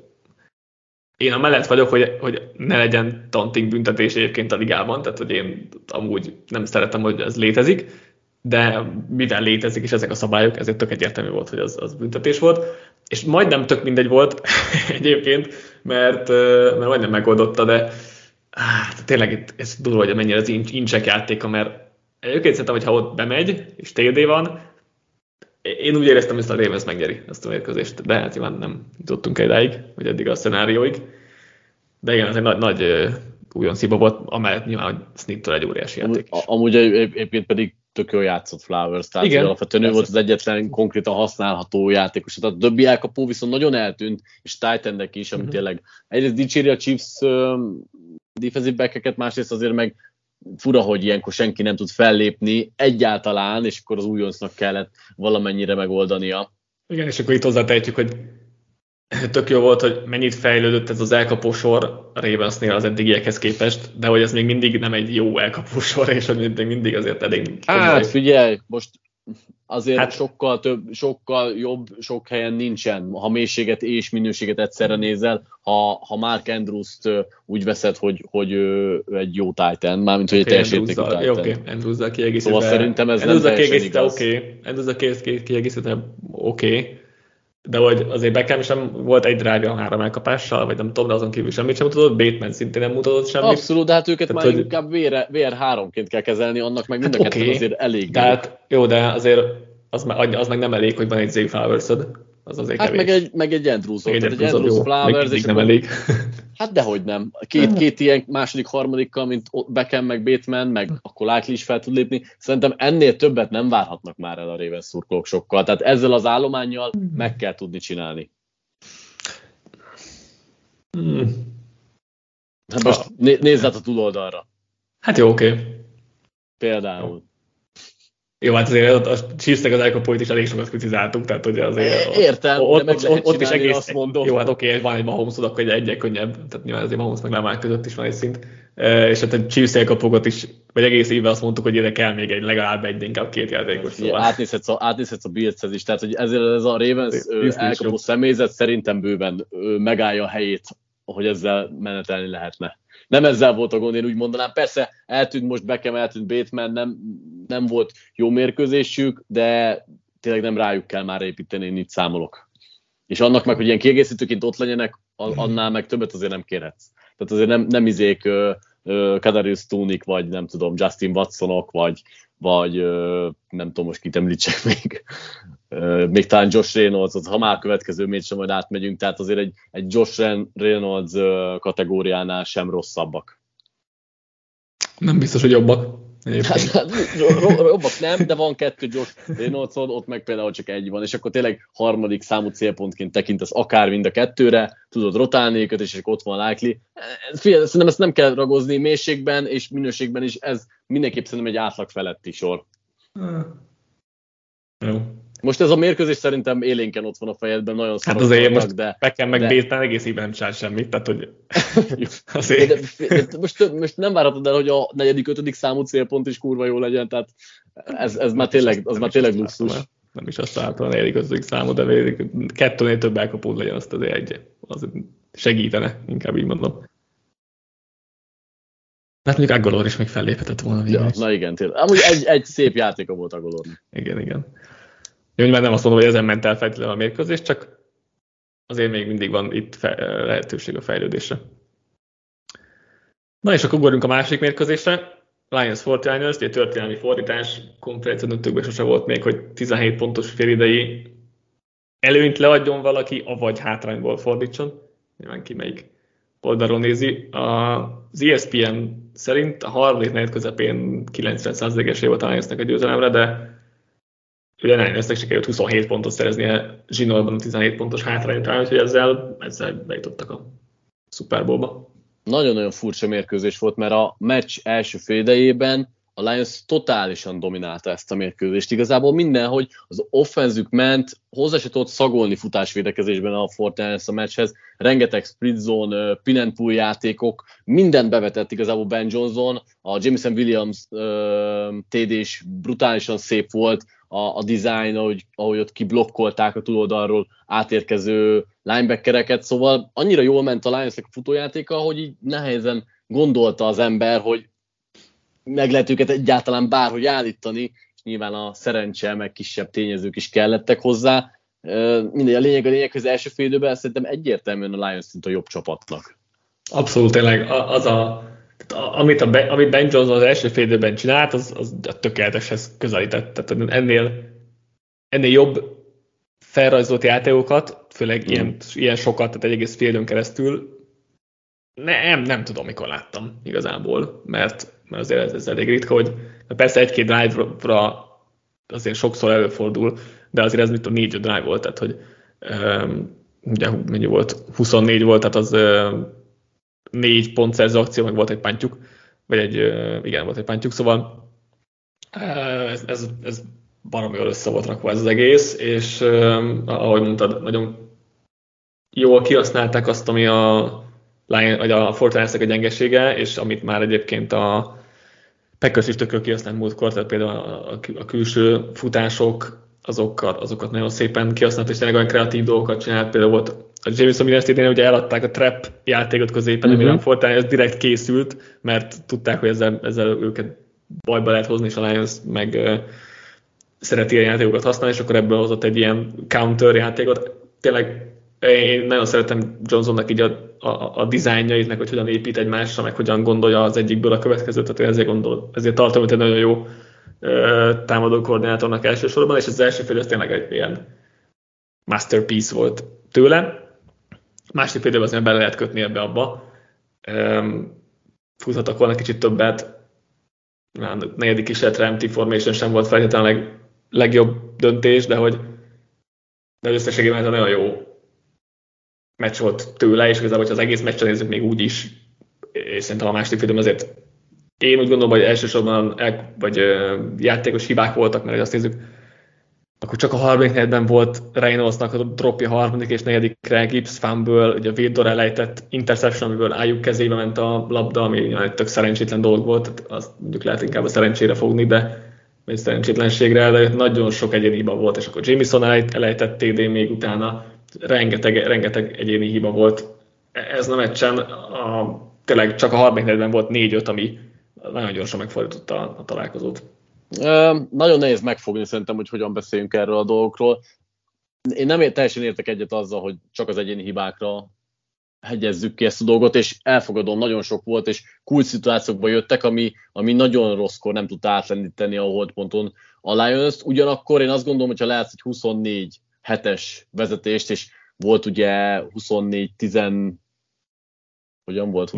Speaker 1: én amellett vagyok, hogy ne legyen taunting büntetés egyébként a ligában, tehát hogy én amúgy nem szeretem, hogy ez létezik, de mivel létezik és ezek a szabályok, ezért tök egyértelmű volt, hogy az büntetés volt, és majdnem tök mindegy volt egyébként, mert majdnem megoldotta, de tényleg ez durva, hogy mennyire az incsek játéka, mert egyébként szerintem, hogyha ott bemegy, és TD van, én úgy éreztem, hogy ezt a Ravens megnyeri ezt a mérkőzést, de hát nyilván nem jutottunk idáig, vagy eddig a szenárióig. De igen, ez egy nagy újonc hiba volt, amelyet nyilván, hogy Snead-től egy óriási játék is.
Speaker 2: Amúgy egyébként pedig tök jól játszott Flowers, tehát igen, alapvetően ő volt az egyetlen konkrétan használható játékos. Tehát a többi elkapó viszont nagyon eltűnt, és tight endek is, ami tényleg egyrészt dicséri a Chiefs defensive back-eket, másrészt azért meg fura, hogy ilyenkor senki nem tud fellépni egyáltalán, és akkor az újoncnak kellett valamennyire megoldania.
Speaker 1: Igen, és akkor itt hozzátehetjük, hogy tök jó volt, hogy mennyit fejlődött ez az elkapósor a Ravensnél az eddigiekhez képest, de hogy ez még mindig nem egy jó elkapósor, és hogy még mindig azért elég...
Speaker 2: Hát figyelj, most azért sokkal jobb, sok helyen nincsen, ha mélységet és minőséget egyszerre nézel, ha Mark Andrews-t úgy veszed, hogy ő egy jó tight end, mármint hogy egy teljes értékű tight end.
Speaker 1: Oké, Andrews-zal kiegészítve.
Speaker 2: Szóval szerintem ez nem teljesen igaz.
Speaker 1: Andrews-zal kiegészítve oké. De hogy azért Beckham sem volt egy drive-ja 3 elkapással, vagy nem tudom, de azon kívül semmit sem mutatott, Bateman szintén nem mutatott semmit.
Speaker 2: Abszolút, de hát őket tehát, már inkább VR3-ként kell kezelni, annak meg mind a kettőn azért elég.
Speaker 1: Tehát, jó, de azért az meg nem elég, hogy van egy Zay Flowers-öd. Az azért
Speaker 2: kevés. Meg egy Andrews, tehát egy Andrews Flowers, és
Speaker 1: nem elég.
Speaker 2: Hát dehogy nem. Két ilyen második, harmadikkal, mint Beckham, meg Bateman, meg akkor Likely is fel tud lépni. Szerintem ennél többet nem várhatnak már el a Ravens szurkolók sokkal. Tehát ezzel az állománnyal meg kell tudni csinálni. Hát most nézz át a túloldalra.
Speaker 1: Hát jó, oké.
Speaker 2: Például.
Speaker 1: Jó, hát azért a Chiefs-nek az elkapóit is elég sokat kritizáltuk, tehát hogy azért
Speaker 2: Értem, de meg lehet
Speaker 1: ott is
Speaker 2: csinálni,
Speaker 1: egész,
Speaker 2: azt mondom.
Speaker 1: jó, hát oké, van egy Mahomesod, akkor egyre könnyebb, tehát nyilván azért Mahomes meg Lamar között is van egy szint, és hát a Chiefs elkapókat is, vagy egész évben azt mondtuk, hogy ide kell még legalább egy, inkább két játékos. Szóval.
Speaker 2: Átnézhetsz a Bills-hez is, tehát hogy ezért ez a Ravens elkapó személyzet szerintem bőven megállja a helyét, hogy ezzel menetelni lehetne. Nem ezzel volt a gond, én úgy mondanám. Persze eltűnt most Beckham, eltűnt Bateman, nem volt jó mérkőzésük, de tényleg nem rájuk kell már építeni, én itt számolok. És annak meg, hogy ilyen kiegészítőként ott legyenek, annál meg többet azért nem kérhetsz. Tehát azért nem izék Kadarius Tónik, vagy nem tudom, Justin Watsonok, vagy nem tudom, most kit említsek még talán Josh Reynolds, ha már a következő meccsre majd átmegyünk, tehát azért egy Josh Reynolds kategóriánál sem rosszabbak.
Speaker 1: Nem biztos, hogy jobbak.
Speaker 2: Jobbak nem, de van 2 Josh Reynoldsod, ott meg például csak 1 van, és akkor tényleg harmadik számú célpontként tekintesz akár mind a 2-re, tudod rotálni őket, és ott van Likely. Szerintem ezt nem kell ragozni mélységben és minőségben is, ez mindenképp szerintem egy átlag feletti sor.
Speaker 1: Jó.
Speaker 2: Most ez a mérkőzés szerintem élénken ott van a fejedben, nagyon
Speaker 1: szarok. Hát azért most Beckham meg Bateman egész évben nem csinál semmit, tehát hogy
Speaker 2: azért... most nem várhatod el, hogy a 4.-5. számú célpont is kurva jó legyen, tehát ez már tényleg luxus.
Speaker 1: Nem is azt látom a 4.-5. számú, de 2-nél több elkapód legyen, azt azért az segítene, inkább így mondom. Hát mondjuk Aguilar is még felléphetett volna.
Speaker 2: Ja, na igen, tényleg. Amúgy egy szép játéka volt Aguilarnak.
Speaker 1: Igen. Jó, már nem azt mondom, hogy ezen ment el feltétlenül a mérkőzés, csak azért még mindig van itt lehetőség a fejlődésre. Na és akkor ugorjunk a másik mérkőzésre. Lions 49ers, ugye történelmi fordítás, konferencia döntőkben sose volt még, hogy 17 pontos félidei előnyt leadjon valaki, avagy hátrányból fordítson. Nyilván ki melyik oldalról nézi. Az ESPN szerint a harmadik negyed közepén 90% esély volt a Lionsnek a győzelemre, de ugye Ninersnek sikerült 27 pontot szereznie zsinórban a 17 pontos hátrány után, úgyhogy ezzel bejutottak a Super Bowlba.
Speaker 2: Nagyon-nagyon furcsa mérkőzés volt, mert a meccs első fél idejében a Lions totálisan dominálta ezt a mérkőzést. Igazából mindenhogy az offenzük ment, hozzá se tudott szagolni futásvédekezésben a Fortiners a meccshez, rengeteg split zone, pin and pull játékok, mindent bevetett igazából Ben Johnson, a Jameson Williams TD is brutálisan szép volt, a design, ahogy ott kiblokkolták a túloldalról átérkező linebackereket, szóval annyira jól ment a Lionsnek a futójátéka, hogy így nehezen gondolta az ember, hogy meg lehet őket egyáltalán bárhogy állítani, és nyilván a szerencse, meg kisebb tényezők is kellettek hozzá. Mindegy, a lényeg, hogy az első fél időben szerintem egyértelműen a Lions szint a jobb csapatnak.
Speaker 1: Abszolút, tényleg amit Ben Johnson az első fél időben csinált, az a tökéleteshez közelített. Tehát ennél jobb felrajzolt játékokat, főleg ilyen sokat, tehát egy egész fél időn keresztül nem tudom, mikor láttam igazából, mert azért ez elég ritka, hogy persze egy-két drive-ra azért sokszor előfordul, de azért ez 4 drive volt, tehát hogy ugye mennyi volt? 24 volt, tehát az 4 pontszerző akció, meg volt egy pántjuk, vagy volt egy pántjuk, szóval ez baromi jól össze volt rakva ez az egész, és ahogy mondtad, nagyon jól kihasználták azt, ami a Fortinesnek a gyengesége, és amit már egyébként a Packers is tökről kihasznált múltkor, tehát például a külső futások, azokat nagyon szépen kihasznált, és tényleg olyan kreatív dolgokat csinált, például volt a Jameson Williams-nél ugye eladták a trap játékot középen, amire a Fortnite direkt készült, mert tudták, hogy ezzel őket bajba lehet hozni, és a Lions meg szereti ilyen játékokat használni, és akkor ebből hozott egy ilyen counter játékot. Tényleg én nagyon szeretem Johnsonnak így a dizájnjait, meg hogy hogyan épít egymásra, meg hogyan gondolja az egyikből a következőt, tehát ezért tartom, hogy egy nagyon jó támadó koordinátornak elsősorban, és az első fél az tényleg egy ilyen masterpiece volt tőle. Másik például azért bele lehet kötni ebbe-abba. Futhattak volna kicsit többet. A negyedik kísérletre empty formation sem volt feltétlenül legjobb döntés, de összességében ez nagyon jó meccs volt tőle, és igazából, hogyha az egész meccsen nézzük még úgy is, és szerintem a második félben azért én úgy gondolom, hogy elsősorban játékos hibák voltak, mert azt nézzük, akkor csak a harmadik negyedben volt Reynoldsnak a dropja harmadik és negyedikre, Gibbs fumble, ugye a Védor elejtett interception, amiből Ayuk kezébe ment a labda, ami egy tök szerencsétlen dolog volt, tehát azt mondjuk lehet inkább a szerencsére fogni, de egy szerencsétlenségre, de nagyon sok egyéni hiba volt, és akkor Jameson elejtett TD még utána, rengeteg egyéni hiba volt. Ez a meccsen tényleg csak a harmadik negyedben volt 4-5, ami nagyon gyorsan megfordította a találkozót.
Speaker 2: Nagyon nehéz megfogni szerintem, hogy hogyan beszéljünk erről a dolgokról. Én nem teljesen értek egyet azzal, hogy csak az egyéni hibákra hegyezzük ki ezt a dolgot, és elfogadom, nagyon sok volt, és kulcs szituációkba jöttek, ami nagyon rosszkor nem tudta átlendíteni a holdponton a Lions-t. Ugyanakkor én azt gondolom, hogyha látsz egy 24-7-es vezetést, és volt ugye 24-10, hogyan volt?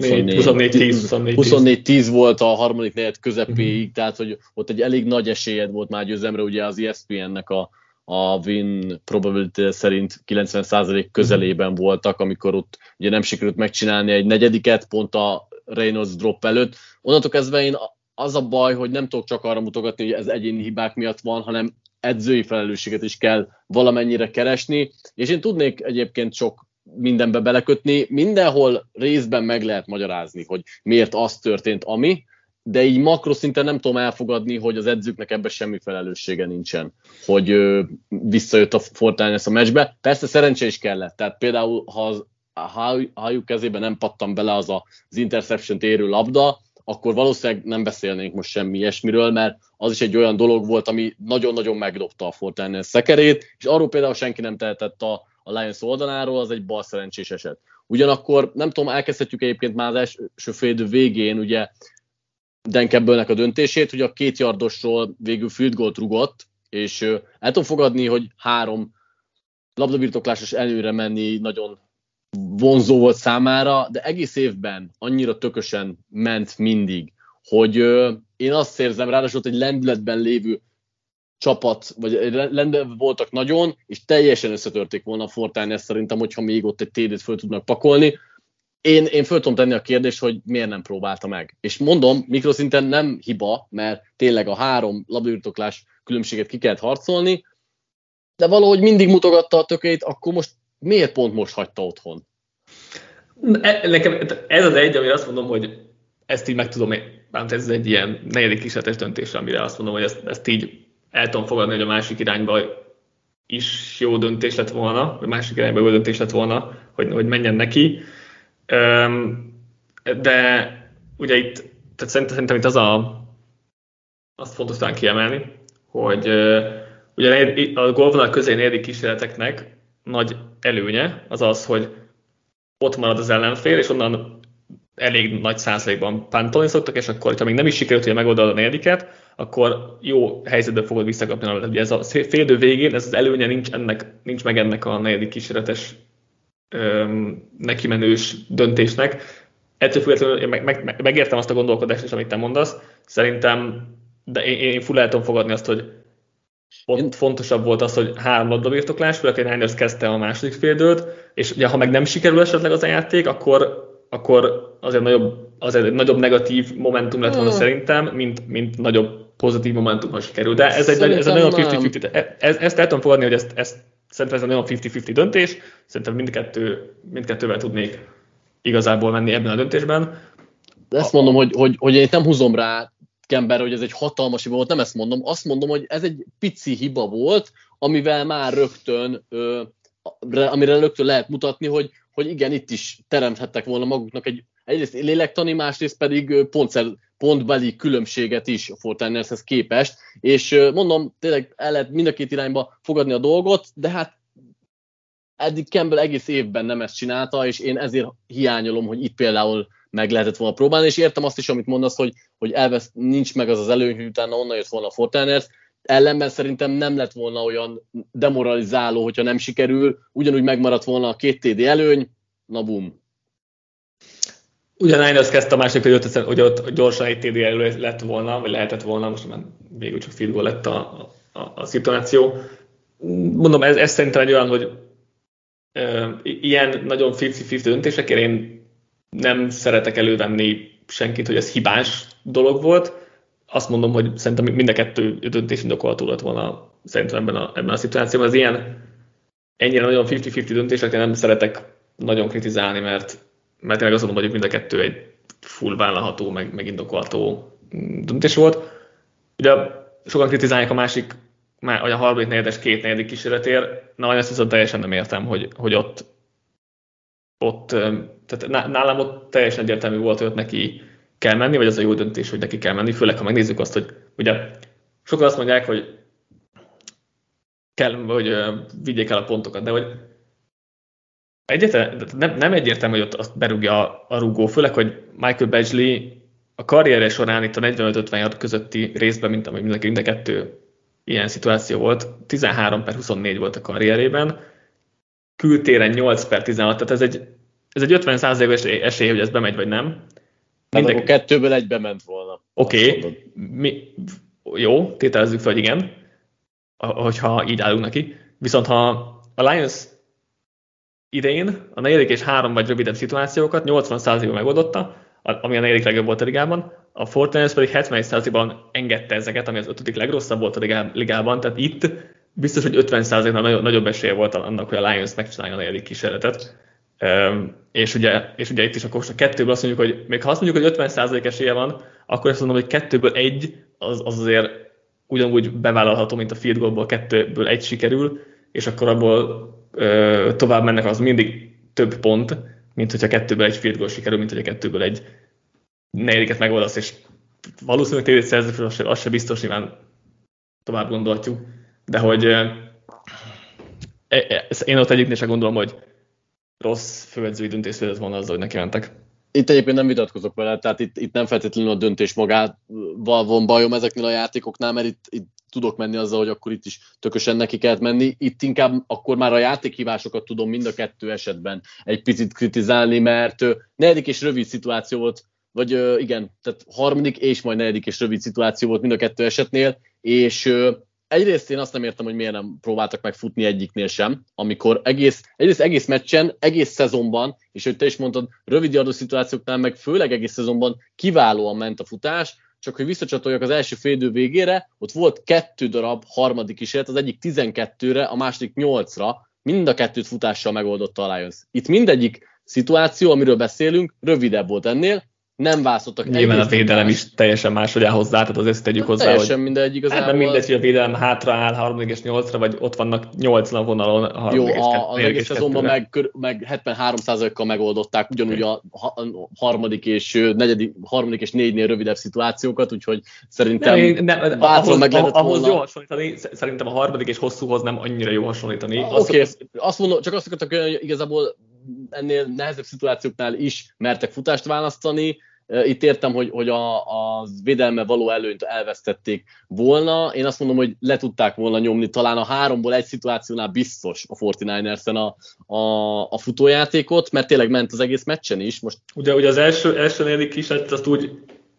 Speaker 2: 24-10 volt a harmadik negyed közepéig, tehát hogy ott egy elég nagy esélyed volt már győzelemre, ugye az ESPN-nek a win probability szerint 90% közelében voltak, amikor ott ugye nem sikerült megcsinálni egy negyediket, pont a Reynolds drop előtt. Onnantól kezdve én az a baj, hogy nem tudok csak arra mutogatni, hogy ez egyéni hibák miatt van, hanem edzői felelősséget is kell valamennyire keresni, és én tudnék egyébként sok mindenbe belekötni, mindenhol részben meg lehet magyarázni, hogy miért az történt, ami, de így makroszinten nem tudom elfogadni, hogy az edzőknek ebben semmi felelőssége nincsen, hogy visszajött a Fortnite a meccsbe. Persze szerencse is kellett, tehát például ha Ayuk kezében nem pattan bele az interception-t érő labda, akkor valószínűleg nem beszélnénk most semmi ilyesmiről, mert az is egy olyan dolog volt, ami nagyon-nagyon megdobta a Fortnite szekerét, és arról például senki nem tehetett a Lions oldaláról, az egy bal szerencsés eset. Ugyanakkor nem tudom, elkezdhetjük egyébként már az első fél idő végén ugye Dan Campbellnek a döntését, hogy a 2 yardosról végül field goalt rugott, és el tudom fogadni, hogy 3 labdabirtoklásos előre menni nagyon vonzó volt számára, de egész évben annyira tökösen ment mindig, hogy én azt érzem, ráadásul egy lendületben lévő csapat, vagy lendületben voltak nagyon, és teljesen összetörték volna a Fortnite szerintem, hogyha még ott egy TD-t föl tudnak pakolni. Én föl tudom tenni a kérdést, hogy miért nem próbálta meg. És mondom, mikroszinten nem hiba, mert tényleg a 3 labdabirtoklás különbséget ki kellett harcolni, de valahogy mindig mutogatta a tökét, akkor most miért pont most hagyta otthon?
Speaker 1: Nekem ez az egy, amire azt mondom, hogy ezt így meg tudom, ez egy ilyen negyedik kísérletes döntés, amire azt mondom, hogy ezt így el tudom fogadni, hogy a másik irányba is jó döntés lett volna, vagy másik irányba jó döntés lett volna, hogy menjen neki. De ugye itt, tehát szerintem itt azt fontos talán kiemelni, hogy ugye a gólvonal közé negyedik kísérleteknek nagy előnye az az, hogy ott marad az ellenfél, és onnan elég nagy százalékban pántolni szoktak, és akkor, ha még nem is sikerült, hogy megoldod a negyediket, akkor jó helyzetben fogod visszakapni. Ugye ez a félidő végén, ez az előnye nincs meg ennek a negyedik kísérletes nekimenős döntésnek. Ettől függetlenül megértem azt a gondolkodást is, amit te mondasz. Szerintem, de én full el tudom fogadni azt, hogy ott fontosabb volt az, hogy 3 labdabirtoklás, főleg a Niners kezdte a második félidőt, és ugye, ha meg nem sikerül esetleg az a játék, akkor azért nagyobb negatív momentum lett volna szerintem, mint nagyobb pozitív momentum, ha sikerül. De ez egy nagyon 50-50. Ezt el tudom fogadni, hogy ezt szerintem ez egy nagyon 50-50 döntés. Szerintem mindkettővel tudnék igazából menni ebben a döntésben.
Speaker 2: De ezt mondom, hogy én nem húzom rá Kemberre, hogy ez egy hatalmas hiba volt, nem ezt mondom. Azt mondom, hogy ez egy pici hiba volt, amivel már amire rögtön lehet mutatni, hogy igen, itt is teremthettek volna maguknak egyrészt lélektani, másrészt pedig pontbeli különbséget is a Fortinershez képest, és mondom, tényleg el lehet mind a két irányba fogadni a dolgot, de hát eddig Campbell egész évben nem ezt csinálta, és én ezért hiányolom, hogy itt például meg lehetett volna próbálni, és értem azt is, amit mondasz, hogy nincs meg az előny, hogy utána onnan jött volna a Fortiners, ellenben szerintem nem lett volna olyan demoralizáló, hogyha nem sikerül, ugyanúgy megmaradt volna a 2 TD előny, na bum.
Speaker 1: Ugyan Niners kezdte a második, hogy ott gyorsan egy TD elő lett volna, vagy lehetett volna, most már végül csak field goal lett a szituáció. Mondom, ez szerintem egy olyan, hogy ilyen nagyon 50-50 döntésekért én nem szeretek elővenni senkit, hogy ez hibás dolog volt. Azt mondom, hogy szerintem mind a kettő döntés indokolható lett volna szerintem ebben a szituációban. Az ennyire nagyon 50-50 döntéseket nem szeretek nagyon kritizálni, mert tényleg azt mondom, hogy mind a kettő egy full vállalható, meg indokolható döntés volt. Ugye sokan kritizálják a másik, vagy a harmadik negyedes két negyedik kísérletért, na ezt viszont teljesen nem értem, hogy ott tehát nálam ott teljesen egyértelmű volt, hogy ott neki kell menni, vagy az a jó döntés, hogy neki kell menni, főleg ha megnézzük azt, hogy ugye sokan azt mondják, hogy kell, hogy vigyék el a pontokat, de hogy nem egyértelmű, hogy ott azt berúgja a rúgó, főleg, hogy Michael Badgley a karrierje során itt a 45-50 közötti részben, mint ami mind a kettő ilyen szituáció volt, 13/24 volt a karrierében, kültéren 8/16, tehát ez egy 50%-os esély, hogy ez bemegy, vagy nem.
Speaker 2: Tehát akkor kettőből egybe ment volna.
Speaker 1: Oké. Jó, tételezzük fel, hogy igen, hogyha így állunk neki. Viszont ha a Lions idején a 4. és 3 vagy rövidebb szituációkat 80%-ban megoldotta, ami a 4. legjobb volt a ligában, a Fortiners pedig 71%-ban engedte ezeket, ami az 5. legrosszabb volt a ligában, tehát itt biztos, hogy 50%-nál nagyobb esélye volt annak, hogy a Lions megcsinálja a 4. kísérletet. És ugye itt is akkor a kettőből azt mondjuk, hogy még ha azt mondjuk, hogy 50% esélye van, akkor azt mondom, hogy kettőből egy az azért ugyanúgy bevállalható, mint a field goalból kettőből egy sikerül, és akkor abból tovább mennek, az mindig több pont, mint hogyha kettőből egy field goal sikerül, mint hogyha kettőből egy negyediket megoldasz, és valószínűleg TD-t szerző, az se biztos, nyilván tovább gondolhatjuk, de hogy én ott egyiknél sem gondolom, hogy rossz főedzői döntés született volna azzal, hogy neki mentek.
Speaker 2: Itt egyébként nem vitatkozok vele, tehát itt nem feltétlenül a döntés magával van bajom ezeknél a játékoknál, mert itt tudok menni azzal, hogy akkor itt is tökösen neki kellett menni. Itt inkább akkor már a játékhívásokat tudom mind a kettő esetben egy picit kritizálni, mert 4. és rövid szituáció volt, vagy igen, tehát 3. és majd 4. és rövid szituáció volt mind a kettő esetnél, és egyrészt én azt nem értem, hogy miért nem próbáltak megfutni egyiknél sem, amikor egész meccsen, egész szezonban, és hogy te is mondtad, rövid yardú szituációknál meg főleg egész szezonban kiválóan ment a futás, csak hogy visszacsatoljak az első félidő végére, ott volt 2 darab harmadik kísérlet, az egyik 12-re, a másik 8-ra, mind a kettőt futással megoldotta a Lions. Itt mindegyik szituáció, amiről beszélünk, rövidebb volt ennél, nem választottak.
Speaker 1: Nyilván a védelem is teljesen máshogy áll hozzá, tehát azért tegyük hozzá,
Speaker 2: teljesen hogy mindegy igazából.
Speaker 1: Nem mindegy, hogy a védelem hátra áll 3. és 8-ra, vagy ott vannak 8 vonalon a 3.
Speaker 2: Jó,
Speaker 1: és 2-re.
Speaker 2: az egész szezonban meg 73%-kal megoldották ugyanúgy a 3. és 4-nél rövidebb szituációkat, úgyhogy szerintem
Speaker 1: bátran meg lehetett ahhoz jó hasonlítani, szerintem a 3. és hosszúhoz nem annyira jó hasonlítani.
Speaker 2: Oké, azt mondom, csak azt akartak, hogy igazából ennél nehezebb szituációknál is mertek futást választani. Itt értem, hogy a védelme való előnyt elvesztették volna. Én azt mondom, hogy le tudták volna nyomni talán a 3-ból egy szituációnál biztos a 49ersen a futójátékot, mert tényleg ment az egész meccsen is. Most
Speaker 1: ugye az első 4. kísérletet azt úgy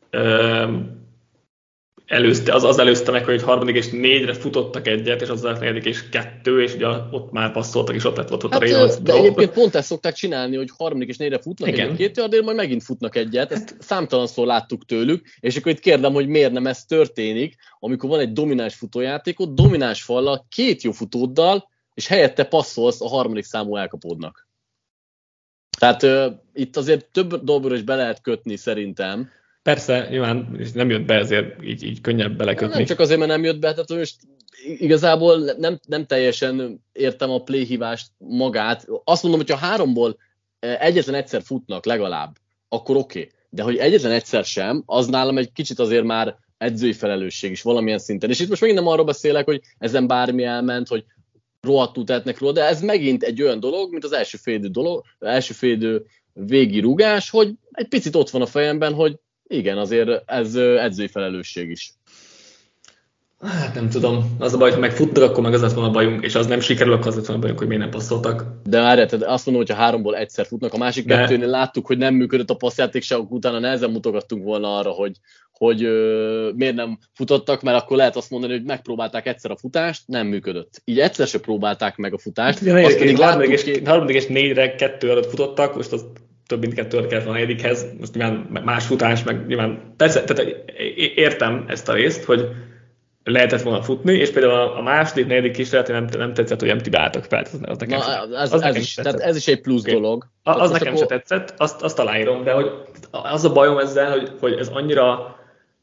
Speaker 1: előzte meg, hogy 3. és 4-re futottak egyet, és az 4. és 2, és ugye ott már passzoltak, és ott volt a Reynolds.
Speaker 2: De egyébként pont ezt szokták csinálni, hogy 3. és 4-re futnak egyet 2 yardért, majd megint futnak egyet, ezt számtalanszor láttuk tőlük, és akkor itt kérdem, hogy miért nem ez történik, amikor van egy domináns futójátékot, domináns fallal, 2 jó futóddal, és helyette passzolsz a 3. számú elkapódnak. Tehát itt azért több dolgokra is be lehet kötni szerintem.
Speaker 1: Persze, nyilván nem jött be, ezért így könnyebb belekötni.
Speaker 2: Nem csak azért, mert nem jött be, tehát most igazából nem teljesen értem a playhívást magát. Azt mondom, hogy ha 3-ból egyetlen egyszer futnak legalább, akkor oké. De hogy egyetlen egyszer sem, az nálam egy kicsit azért már edzői felelősség is valamilyen szinten. És itt most megint nem arról beszélek, hogy ezen bármi elment, hogy rohadtul tehetnek róla, de ez megint egy olyan dolog, mint az első félidő végi rugás, hogy egy picit ott van a fejemben, hogy igen, azért ez edzői felelősség is.
Speaker 1: Hát nem tudom. Az a baj, hogy megfutnak, akkor meg az lett volna a bajunk, és az nem sikerül, akkor az lett volna a bajunk, hogy miért nem passzoltak.
Speaker 2: De már azt mondom, hogy ha 3-ból egyszer futnak, a másik kettőnél láttuk, hogy nem működött a passzjáték se, utána nehezen mutogattunk volna arra, hogy miért nem futottak, mert akkor lehet azt mondani, hogy megpróbálták egyszer a futást, nem működött. Így egyszer se próbálták meg a futást.
Speaker 1: Azt pedig 3. és 4-re 2 alatt futottak, most az több mint 2 kellett volna a negyedikhez, most nyilván más futás, meg nyilván persze, tehát értem ezt a részt, hogy lehetett volna futni, és például a második, negyedik kísérlet nem tetszett, hogy empty-be álltak fel. Az nekem
Speaker 2: tehát ez is egy plusz dolog.
Speaker 1: Az nekem se tetszett, azt aláírom, de hogy az a bajom ezzel, hogy ez annyira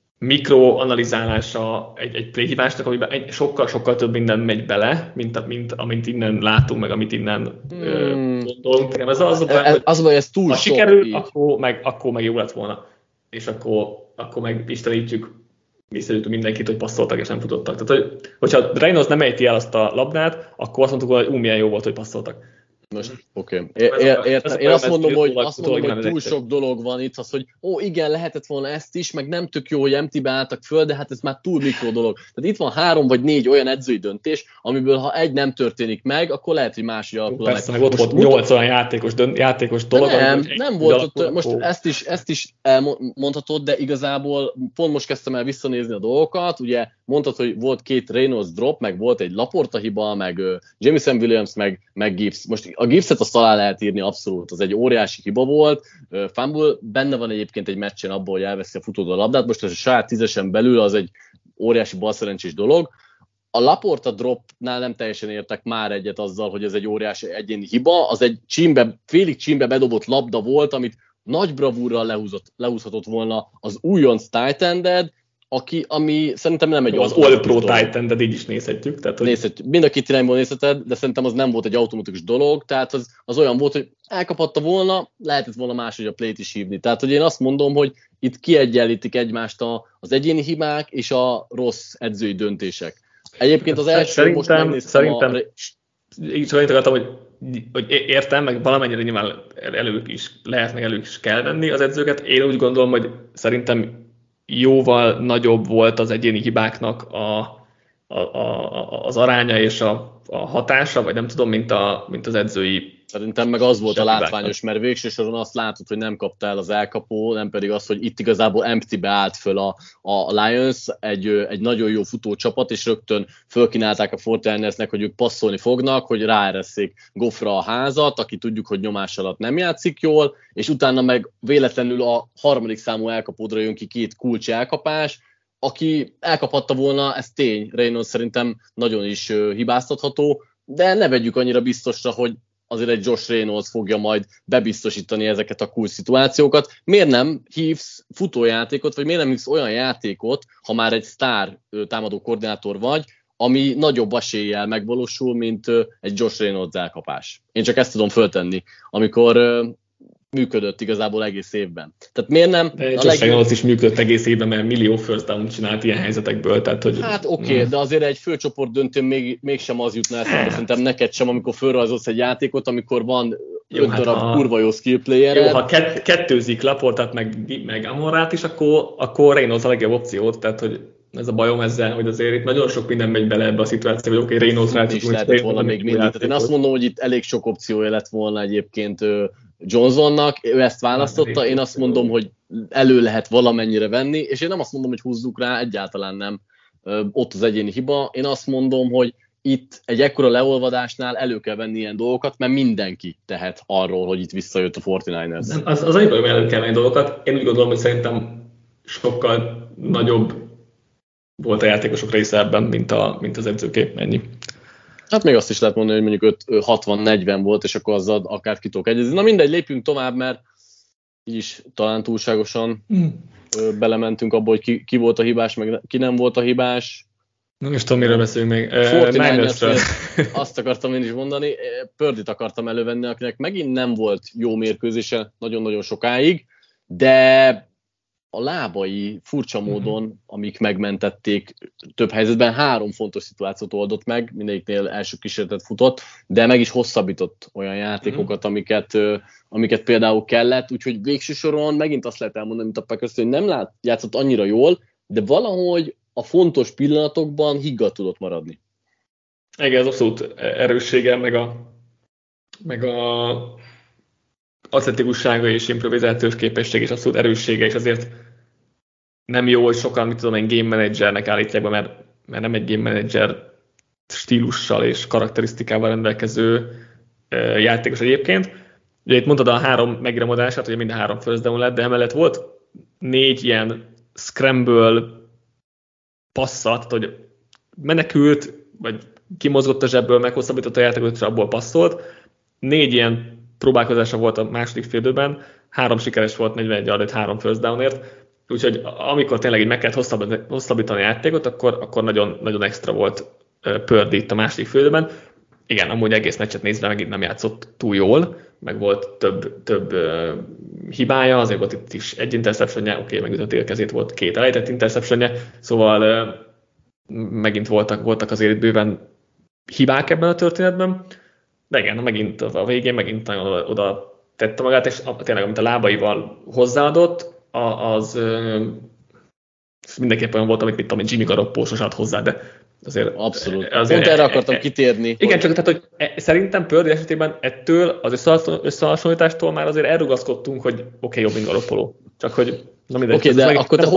Speaker 1: mikroanalizálása egy playhibásnak, amiben sokkal több minden megy bele, mint amit innen látunk, meg amit innen gondolunk. Ez az a baj,
Speaker 2: hogy ez túl
Speaker 1: ha sikerül, akkor meg jó lett volna. És akkor meg istenítjük, visszajutunk mindenkit, hogy passzoltak és nem futottak. Tehát, hogyha Reynolds nem ejti el azt a labdát, akkor azt mondtuk, hogy milyen jó volt, hogy passzoltak.
Speaker 2: Most, oké. Én azt mondom, hogy túl sok dolog van itt, az, hogy igen, lehetett volna ezt is, meg nem tök jó, hogy empty-be álltak föl, de hát ez már túl mikro dolog. Tehát itt van 3 vagy 4 olyan edzői döntés, amiből ha egy nem történik meg, akkor lehet, hogy máshogy alakul.
Speaker 1: Persze, meg ott volt 8 olyan játékos dolog.
Speaker 2: Nem volt ott, most ezt is elmondhatod, de igazából pont most kezdtem el visszanézni a dolgokat, ugye mondtad, hogy volt 2 Reynolds drop, meg volt egy Laporta hiba, meg Jamison Williams, meg Gibbs. Most a Gibbset azt alá lehet írni abszolút, az egy óriási hiba volt. Fumble benne van egyébként egy meccsen abból, hogy elveszi a futód a labdát, most ez a saját 10-esen belül az egy óriási balszerencsés dolog. A Laporta dropnál nem teljesen értek már egyet azzal, hogy ez egy óriási egyéni hiba, az egy félig csímbe bedobott labda volt, amit nagy bravúrral lehúzhatott volna az újonc tight ended, ami szerintem nem egy
Speaker 1: az All-Pro Titan, de így is nézhetjük. Tehát,
Speaker 2: nézhetjük. Mind a két irányból nézheted, de szerintem az nem volt egy automatikus dolog, tehát az olyan volt, hogy elkaphatta volna, lehetett volna máshogy a play-t is hívni. Tehát, hogy én azt mondom, hogy itt kiegyenlítik egymást az egyéni hibák és a rossz edzői döntések. Egyébként az első most megnéztem
Speaker 1: így csak annyit akartam, hogy értem, meg valamennyire nyilván elő is kell venni az edzőket. Én úgy gondolom, hogy szerintem jóval nagyobb volt az egyéni hibáknak az aránya és a hatása, vagy nem tudom, mint az edzői.
Speaker 2: Szerintem meg az volt a látványos, mert végső soron azt látod, hogy nem kapta el az elkapó, nem pedig az, hogy itt igazából empty-be állt föl a Lions, egy nagyon jó futócsapat, és rögtön fölkínálták a 49ersnek, hogy ők passzolni fognak, hogy ráeresszék Goffra a házat, aki tudjuk, hogy nyomás alatt nem játszik jól, és utána meg véletlenül a 3. számú elkapódra jön ki 2 kulcs elkapás, aki elkaphatta volna, ez tény, Reynolds szerintem nagyon is hibáztatható, de ne vegyük annyira biztosra, hogy azért egy Josh Reynolds fogja majd bebiztosítani ezeket a kulcs szituációkat. Miért nem hívsz futójátékot, vagy miért nem hívsz olyan játékot, ha már egy sztár támadó koordinátor vagy, ami nagyobb eséllyel megvalósul, mint egy Josh Reynolds elkapás. Én csak ezt tudom föltenni, amikor működött igazából egész évben. Tehát miért nem?
Speaker 1: Josh Reynolds is működött egész évben, mert millió first down csinált ilyen helyzetekből. Tehát, hogy...
Speaker 2: Hát oké, de azért egy főcsoport döntőn mégsem az jutna eszembe, szerintem neked sem, amikor fölrajzolsz egy játékot, amikor van 5 darab kurva jó skill player.
Speaker 1: Jó, ha kettőzik Laportát meg Amorát is, akkor Reynolds a legjobb opciót, tehát hogy ez a bajom ezzel, hogy azért itt nagyon sok minden megy bele ebbe a szituációba, hogy oké, Reynolds rá
Speaker 2: is lehetett volna még mindig. Én azt mondom, hogy itt elég sok opciója lett volna egyébként Johnsonnak, ő ezt választotta, én azt mondom, hogy elő lehet valamennyire venni, és én nem azt mondom, hogy húzzuk rá, egyáltalán nem ott az egyéni hiba, én azt mondom, hogy itt egy ekkora leolvadásnál elő kell venni ilyen dolgokat, mert mindenki tehet arról, hogy itt visszajött a 49ers.
Speaker 1: Az anyag, hogy elő kell venni dolgokat, én úgy gondolom, hogy szerintem sokkal nagyobb volt a játékosok része ebben, mint az edzőké, ennyi.
Speaker 2: Hát még azt is lehet mondani, hogy mondjuk 60-40 volt, és akkor azzal akár ki tudok egyezni. Na mindegy, lépjünk tovább, mert így is talán túlságosan belementünk abba, hogy ki volt a hibás, meg ki nem volt a hibás.
Speaker 1: Nem is tudom, miről beszélünk még.
Speaker 2: Azt akartam én is mondani. Purdyt akartam elővenni, akinek megint nem volt jó mérkőzése nagyon-nagyon sokáig, de a lábai furcsa módon, amik megmentették több helyzetben, 3 fontos szituációt oldott meg, mindegyiknél első kísérletet futott, de meg is hosszabbított olyan játékokat, amiket például kellett, úgyhogy végső soron megint azt lehet elmondani, mint a Packers, hogy nem játszott annyira jól, de valahogy a fontos pillanatokban higgadt tudott maradni.
Speaker 1: Igen, ez abszolút erőssége, meg a atletikussága és improvizációs képesség és abszolút erőssége, és azért nem jó, hogy sokan, egy game managernek állítják be, mert nem egy game manager stílussal és karakterisztikával rendelkező játékos egyébként. Ugye itt mondtad a 3 megramodását, hogy mind a 3 first down lett, de emellett volt 4 ilyen scramble passzat, hogy menekült, vagy kimozgott a zsebből, meghosszabbította a játékot, és abból passzolt. 4 ilyen próbálkozása volt a második fél időben, 3 sikeres volt 41 yardot 3 first downért, úgyhogy amikor tényleg így meg kellett hosszabbítani a játékot, akkor nagyon, nagyon extra volt Purdy itt a második fél időben. Igen, amúgy egész meccset nézve megint nem játszott túl jól, meg volt több hibája, azért volt itt is egy interceptionje, oké, megütött élkezét, volt 2 elejtett interceptionje, szóval megint voltak azért itt bőven hibák ebben a történetben, de igen, megint a végén megint nagyon oda tette magát, és tényleg, amit a lábaival hozzáadott, az mindenképpen olyan volt, amit Jimmy Garoppolo sosem ad hozzá, de azért...
Speaker 2: Abszolút. Pont erre akartam kitérni.
Speaker 1: Igen, csak tehát, hogy szerintem Purdy esetében ettől az összehasonlítástól már azért elrugaszkodtunk, hogy oké, jobb, mint Garoppolo. Csak hogy...
Speaker 2: Oké, de akkor te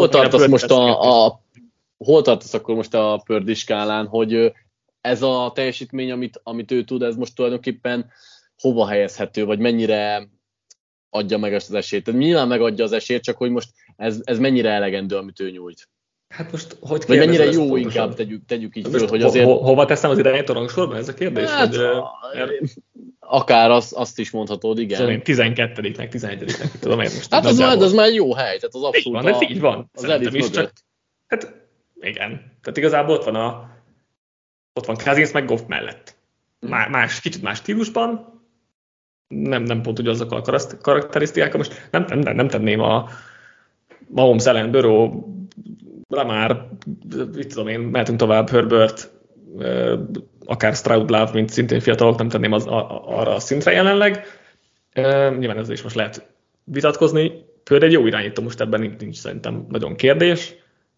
Speaker 2: hol tartasz akkor most a Purdy skálán, hogy ez a teljesítmény, amit ő tud, ez most tulajdonképpen hova helyezhető, vagy mennyire adja meg ezt az esélyt? Tehát nyilván megadja az esélyt, csak hogy most ez mennyire elegendő, amit ő nyújt?
Speaker 1: Hát most, hogy
Speaker 2: vagy mennyire jó inkább tegyük így föl, hogy azért...
Speaker 1: Hova teszem az idejét a rangsorban, ez a kérdés?
Speaker 2: Hát, akár azt is mondhatod, igen.
Speaker 1: Szóval 12-nek, 11-nek, tudom én most.
Speaker 2: Hát az már jó hely, tehát az abszolút
Speaker 1: így van.
Speaker 2: Az elit mögött.
Speaker 1: Hát igen, tehát igazából ott van Cousins meg Goff mellett. Kicsit más stílusban, nem pont ugyanazok a karakterisztikákkal, most nem tenném a Mahomes ellen Burrow, Lamar, mit tudom én, mehetünk tovább, Herbert, akár Stroud, Love, mint szintén fiatalok, nem tenném arra a szintre jelenleg. Nyilván ezzel is most lehet vitatkozni. Például egy jó irányító, most ebben nincs szerintem nagyon kérdés.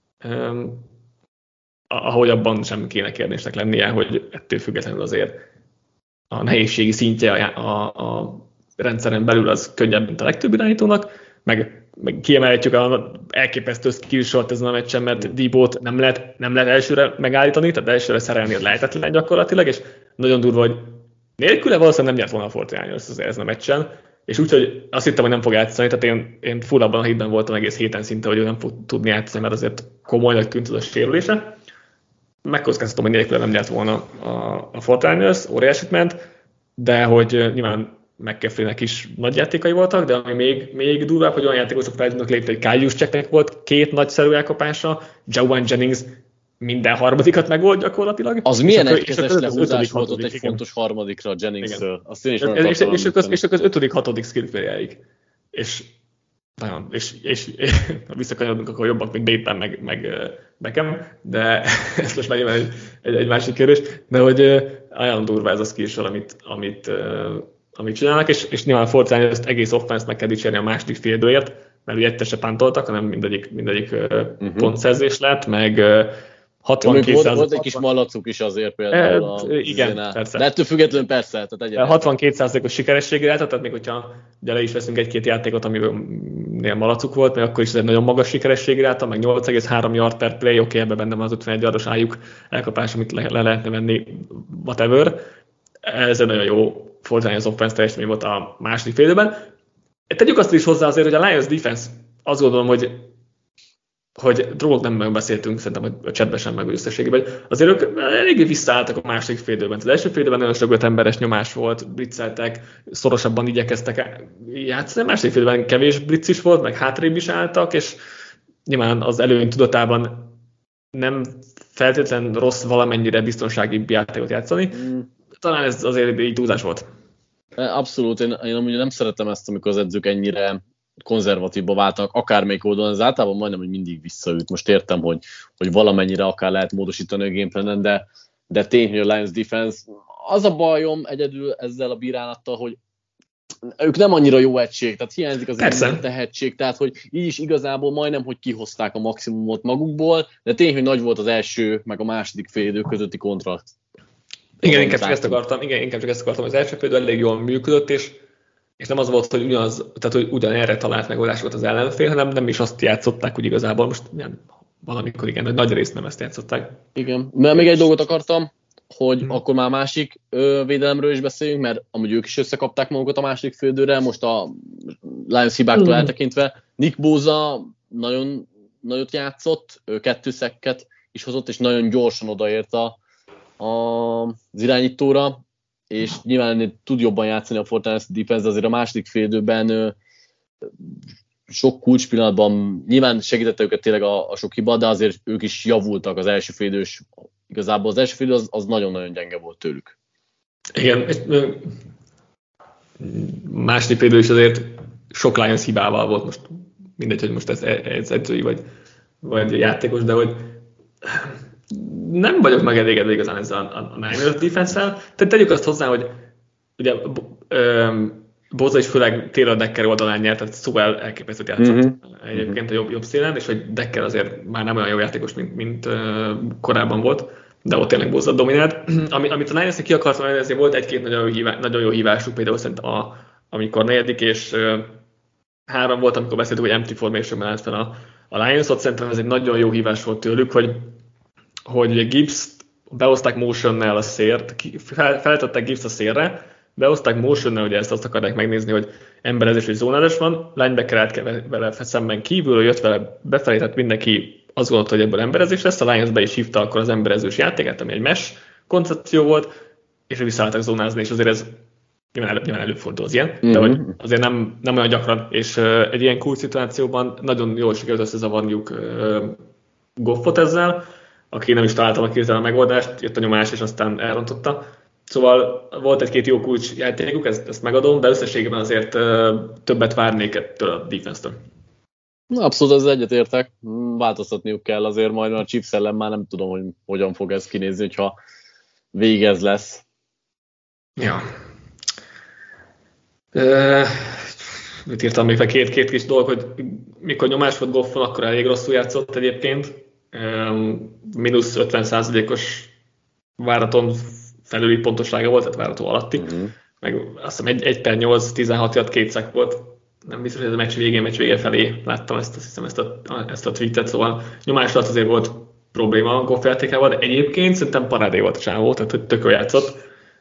Speaker 1: Ahogy abban sem kéne kérdésnek lennie, hogy ettől függetlenül azért a nehézségi szintje a rendszeren belül az könnyebb, mint a legtöbb irányítónak, meg kiemelhetjük a elképesztő skillshot ezen a meccsen, mert Dibót nem lehet elsőre megállítani, tehát elsőre szerelni az lehetetlen gyakorlatilag, és nagyon durva, hogy nélküle valószínűleg nem nyert volna a Fortnite ezen a meccsen, és úgyhogy azt hittem, hogy nem fog játszani, tehát én full abban a hitben voltam egész héten szinte, hogy ő nem fog tudni játszani, mert azért komolynak tűnt az a sérülése. Megkockáztatom, hogy nélküle nem nyert volna a Fortnite, óriásit ment, de hogy nyilván McCaffrey-nek is nagy játékai voltak, de ami még durvább, hogy olyan játékosok fel tudnak lépni, hogy Kyle Juszczyknek volt 2 nagyszerű elkapása, Jawan Jennings minden harmadikat megvolt gyakorlatilag.
Speaker 2: Az milyen egykezes lehúzás volt ott egy fontos harmadikra a Jennings-ről.
Speaker 1: És ők az 5.-6. skillféljeik. És visszakanyarodunk, akkor jobbak, mint Dayton meg Beckham, de ez most már egy másik kérdés, de hogy olyan durva ez a skillsor, amit csinálnak, és nyilván Fortnite ezt egész offense meg kell dicsérni a második fél időért, mert ugye egyet se pántoltak, hanem mindegyik pontszerzés lett, meg
Speaker 2: 62%... Volt egy kis malacuk is azért például.
Speaker 1: Igen, persze.
Speaker 2: De ettől függetlenül persze.
Speaker 1: 62%-os sikerességre állt, tehát még hogyha le is veszünk egy-két játékot, aminél malacuk volt, mert akkor is ez egy nagyon magas sikerességre állt, meg 8,3 yard per play, oké, ebben benne van az 51 yardos ájuk elkapás, amit le lehetne venni, whatever. Ez egy nagyon jó Fortnite az offense teljesítmény volt a második fél időben. Tegyük azt is hozzá azért, hogy a Lions defense, azt gondolom, hogy drogok nem nagyon beszéltünk, szerintem, hogy a chatben sem meg összességében, azért ők eléggé visszaálltak a második fél időben. Az első fél időben nagyon sok 5 emberes nyomás volt, blitzeltek, szorosabban igyekeztek játszani, a második fél időben kevés blitz is volt, meg hátrébb is álltak, és nyilván az előny tudatában nem feltétlen rossz valamennyire biztonsági játékot játszani. Talán ez azért így túlzás volt.
Speaker 2: Abszolút, én amúgy nem szeretem ezt, amikor az edzők ennyire konzervatívba váltak, akármelyik oldalon, ez általában majdnem, hogy mindig visszaüt. Most értem, hogy valamennyire akár lehet módosítani a gameplanen, de tény, hogy a Lions defense, az a bajom egyedül ezzel a bírálattal, hogy ők nem annyira jó egység, tehát hiányzik az a tehetség, tehát hogy így is igazából majdnem, hogy kihozták a maximumot magukból, de tény, hogy nagy volt az első, meg a második fél idő közötti kontrakt.
Speaker 1: Igen, inkább csak ezt akartam, az első például elég jól működött, és nem az volt, hogy hogy ugyanerre talált megoldásokat az ellenfél, hanem nem is azt játszották úgy igazából, most valamikor igen, de nagy részt nem ezt játszották.
Speaker 2: Igen, mert még egy dolgot akartam, hogy akkor már másik védelemről is beszéljünk, mert amúgy ők is összekapták magukat a második félidőre, most a Lions hibáktól eltekintve. Nick Bosa nagyon nagyot játszott, 2 szekket is hozott, és nagyon gyorsan odaért az irányítóra, és nyilván tud jobban játszani a Fortnite defense, de azért a második félidőben sok kulcs pillanatban nyilván segítette őket tényleg a sok hiba, de azért ők is javultak az első félidős. Igazából az első félidő az nagyon-nagyon gyenge volt tőlük.
Speaker 1: Igen, második félidő is azért sok Lions hibával volt, most mindegy, hogy most ez edzői vagy játékos, de hogy nem vagyok megelégedve igazán ezzel a Niners defense-szel. Tehát tegyük azt hozzá, hogy ugye Bosa is főleg Taylor Decker oldalán nyert, tehát szóval elképesztőt játszott egyébként a jobb szélen, és hogy Decker azért már nem olyan jó játékos, mint korábban volt, de ott tényleg Bosa dominált. Amit a Niners-nek ki akartam elni, ezért volt egy-két nagyon jó hívásuk, például szerintem amikor 4. és 3 volt, amikor beszéltük, hogy empty formation-ben állt fel a Lions, ott szerintem ez egy nagyon jó hívás volt tőlük, hogy Gibbs behozták motionnel a szért, feltettek Gibbs a szélre, behozták motionnel, ugye ezt azt akarják megnézni, hogy emberezés és zónázás van, linebacker állt vele szemben kívül, jött vele befelé, tehát mindenki azt gondolta, hogy ebből emberezés lesz, a Lions be is hívta akkor az emberezős játékát, ami egy mesh koncepció volt, és visszaálltak zónázni, és azért ez nyilván előfordul az ilyen, de hogy azért nem olyan gyakran, és egy ilyen cool szituációban nagyon jól sikerült összezavarniuk Goffot ezzel, aki nem is találta a kézzel a megoldást, jött a nyomás, és aztán elrontotta. Szóval volt egy-két jó kulcsjátékuk, ezt megadom, de összességében azért többet várnék ettől a defense-től.
Speaker 2: Abszolút ezzel egyetértek, változtatniuk kell azért majd, mert a Chiefs ellen már nem tudom, hogy hogyan fog ez kinézni, hogyha végez lesz.
Speaker 1: Ja. Mit írtam még fel két kis dolog, hogy mikor nyomás volt Goffon, akkor elég rosszul játszott egyébként. Mínusz 50%-os váraton felüli pontossága volt, tehát várató alatti. Meg azt hiszem 1/8, 16 yard, 2 sack volt. Nem biztos, hogy ez a meccs vége felé láttam ezt a tweetet, szóval nyomás alatt azért volt probléma a Goff játékával, de egyébként szerintem parádé volt a csávó, tehát hogy tök jól játszott.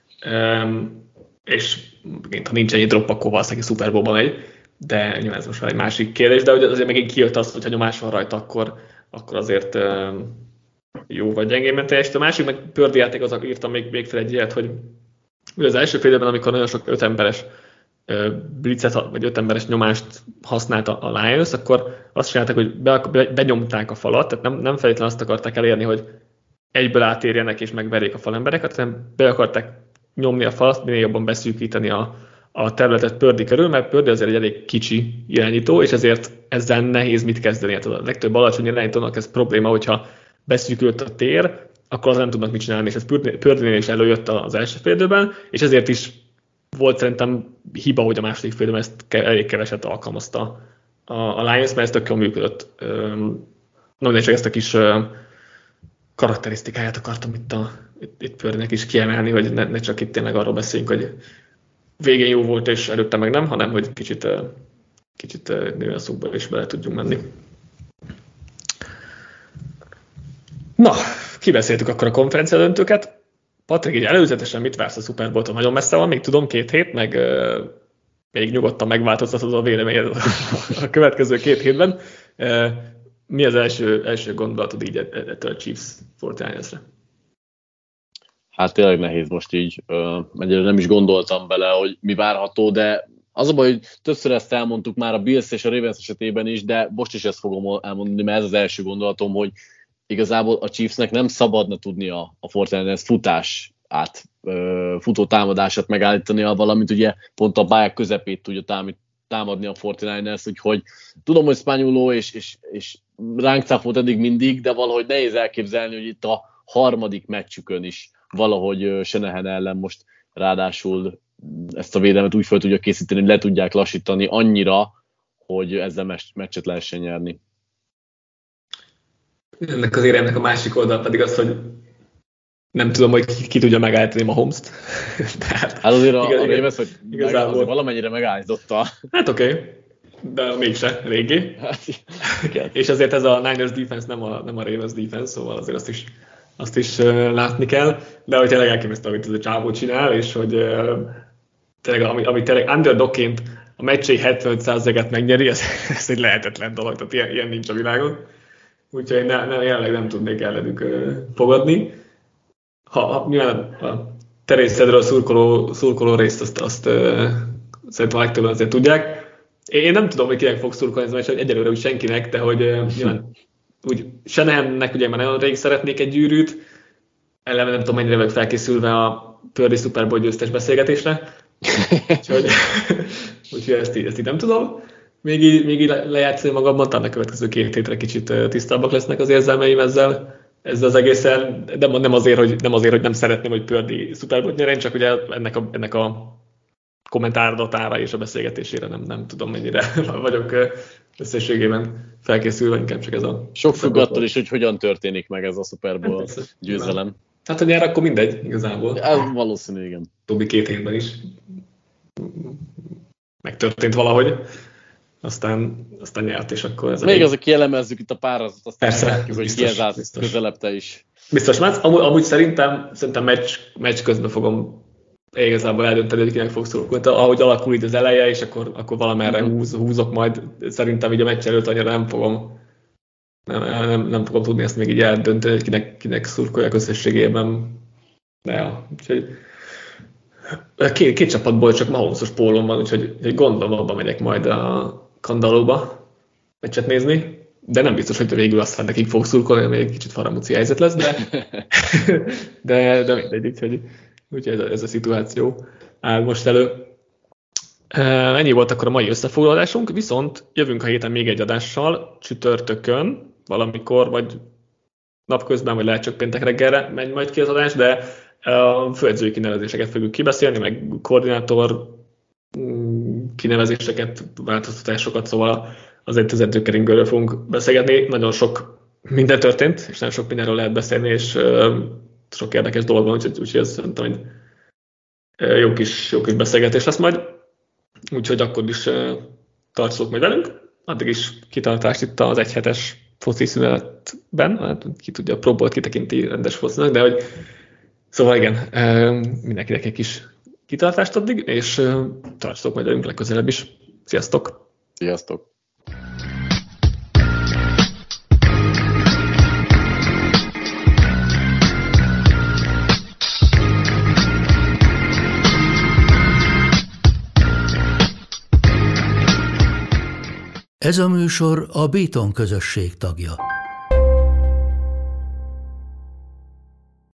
Speaker 1: És ha nincs ennyi drop, akkor valószínűleg Super Bowl-ban megy, de nyilván ez most már egy másik kérdés, de azért megint kijött az, hogyha nyomás van rajta, akkor azért jó vagy gyengében teljesít. A másik, meg Purdy játék, írtam még fel egy ilyet, hogy az első fél évben, amikor nagyon sok 5 emberes blitzet, vagy 5 emberes nyomást használt a Lions, akkor azt csinálták, hogy benyomták a falat, tehát nem feltétlenül azt akarták elérni, hogy egyből átérjenek és megverjék a falembereket, hanem be akarták nyomni a falat, minél jobban beszűkíteni a területet Purdy körül, mert Purdy azért egy elég kicsi irányító, és ezért ezzel nehéz mit kezdeni. Hát a legtöbb alacsony irányítónak ez probléma, hogyha beszűkült a tér, akkor az nem tudnak mit csinálni, és ez Purdynél is előjött az első félidőben, és ezért is volt szerintem hiba, hogy a második félidőben ezt elég keveset alkalmazta a Lions, mert ez tök jól működött. Csak ezt a kis karakterisztikáját akartam itt Purdynek is kiemelni, hogy ne csak itt tényleg arról beszéljünk, hogy végén jó volt, és előtte meg nem, hanem hogy kicsit nüanszokba is bele tudjunk menni. Na, kibeszéltük akkor a konferencia döntőket. Patrik, így előzetesen mit vársz a Super Bowl-tól? Nagyon messze van, még tudom 2 hét, meg még nyugodtan megváltoztatod a véleményed a következő 2 hétben. Mi az első gondolatod így ettől a Chiefs 49ers-re?
Speaker 2: Hát tényleg nehéz most így, egyelőre nem is gondoltam bele, hogy mi várható, de az a baj, hogy többször ezt elmondtuk már a Bills és a Ravens esetében is, de most is ezt fogom elmondani, mert ez az első gondolatom, hogy igazából a Chiefsnek nem szabadna tudnia a 49ers futó támadását megállítania, valamint ugye pont a pályák közepét tudja támadni a 49ers, úgyhogy tudom, hogy Spagnuolo és ránk cáfolt eddig mindig, de valahogy nehéz elképzelni, hogy itt a harmadik meccsükön is valahogy Shanahan ellen most ráadásul ezt a védelmet úgy fel tudja készíteni, hogy le tudják lassítani annyira, hogy ezzel meccset lehessen nyerni.
Speaker 1: Ennek az éremnek a másik oldal pedig az, hogy nem tudom, hogy ki tudja megállítani Mahomes-t.
Speaker 2: Hát azért a Ravens, hogy igazából valamennyire megállította.
Speaker 1: Hát oké, de mégse régi. Hát, és azért ez a Niners defense nem a Ravens defense, szóval azért azt is azt is látni kell, de hogy tényleg elképesztő, amit ez a csávó csinál, és hogy tényleg, ami tényleg underdogként a meccsei 75%-át megnyeri, ez egy lehetetlen dolog, tehát ilyen nincs a világon. Úgyhogy jelenleg nem tudnék ellenük fogadni. Nyilván a te részedről a szurkoló részt azt szerintem a legtöbben azért tudják. Én nem tudom, hogy kinek fog szurkolni ez a meccs, hogy egyelőre úgy senkinek, de hogy nyilván úgy Shanahannek ugye már nagyon rég szeretnék egy gyűrűt, ellenben nem tudom, mennyire vagyok felkészülve a Purdy Super Bowl győztes beszélgetésre. Úgyhogy ezt így nem tudom. Még így lejátszani magamban, talán a következő 2 hétre kicsit tisztábbak lesznek az érzelmeim ezzel az egészen, de nem azért, hogy nem szeretném, hogy Purdy Super Bowl nyerjen, csak ugye ennek a kommentárdatára és a beszélgetésére nem tudom, mennyire vagyok összességében felkészülve, inkább csak ez a...
Speaker 2: Sok függ attól is, hogy hogyan történik meg ez a Super Bowl győzelem.
Speaker 1: Hát, ha nyer, akkor mindegy, igazából.
Speaker 2: Ez valószínű, igen.
Speaker 1: Utóbbi 2 hétben is megtörtént valahogy, aztán nyert, és akkor ez...
Speaker 2: Még azért kielemezzük itt a párazat, aztán látjuk, hogy ki ez át
Speaker 1: biztos.
Speaker 2: közelebb te is.
Speaker 1: Biztos, mert amúgy szerintem meccs közben fogom igazából eldönteni, hogy kinek fog szurkolni. Ahogy alakul így az eleje, és akkor valamerre húzok majd. Szerintem így a meccs előtt annyira nem fogom tudni ezt még így eldönteni, hogy kinek szurkoljak összességében. De ja, úgyhogy két csapatból csak Mahomes-os pólom van, úgyhogy gondolom abban megyek majd a Kandallóba meccset nézni. De nem biztos, hogy végül aztán nekik fog szurkolni, még egy kicsit faramúci helyzet lesz, de mindegy, úgyhogy ez a szituáció áll most elő. Ennyi volt akkor a mai összefoglalásunk, viszont jövünk a héten még egy adással, csütörtökön, valamikor, vagy napközben, vagy lehet csak péntek reggelre megy majd ki az adás, de a főedzői kinevezéseket fogjuk kibeszélni, meg koordinátor kinevezéseket, változtatásokat, szóval azért az edzőkeringőről fogunk beszélgetni. Nagyon sok minden történt, és nagyon sok mindenről lehet beszélni, és sok érdekes dolog van, úgyhogy ez szerintem egy jó kis beszélgetés lesz majd. Úgyhogy akkor is tartsatok majd velünk. Addig is kitartást itt az egyhetes foci szünetben. Hát, ki tudja, próbált kitekinti rendes focinak, de hogy szóval igen, mindenkinek egy kis kitartást addig, és tartsatok majd velünk legközelebb is. Sziasztok!
Speaker 2: Sziasztok!
Speaker 3: Ez a műsor a Béton közösség tagja.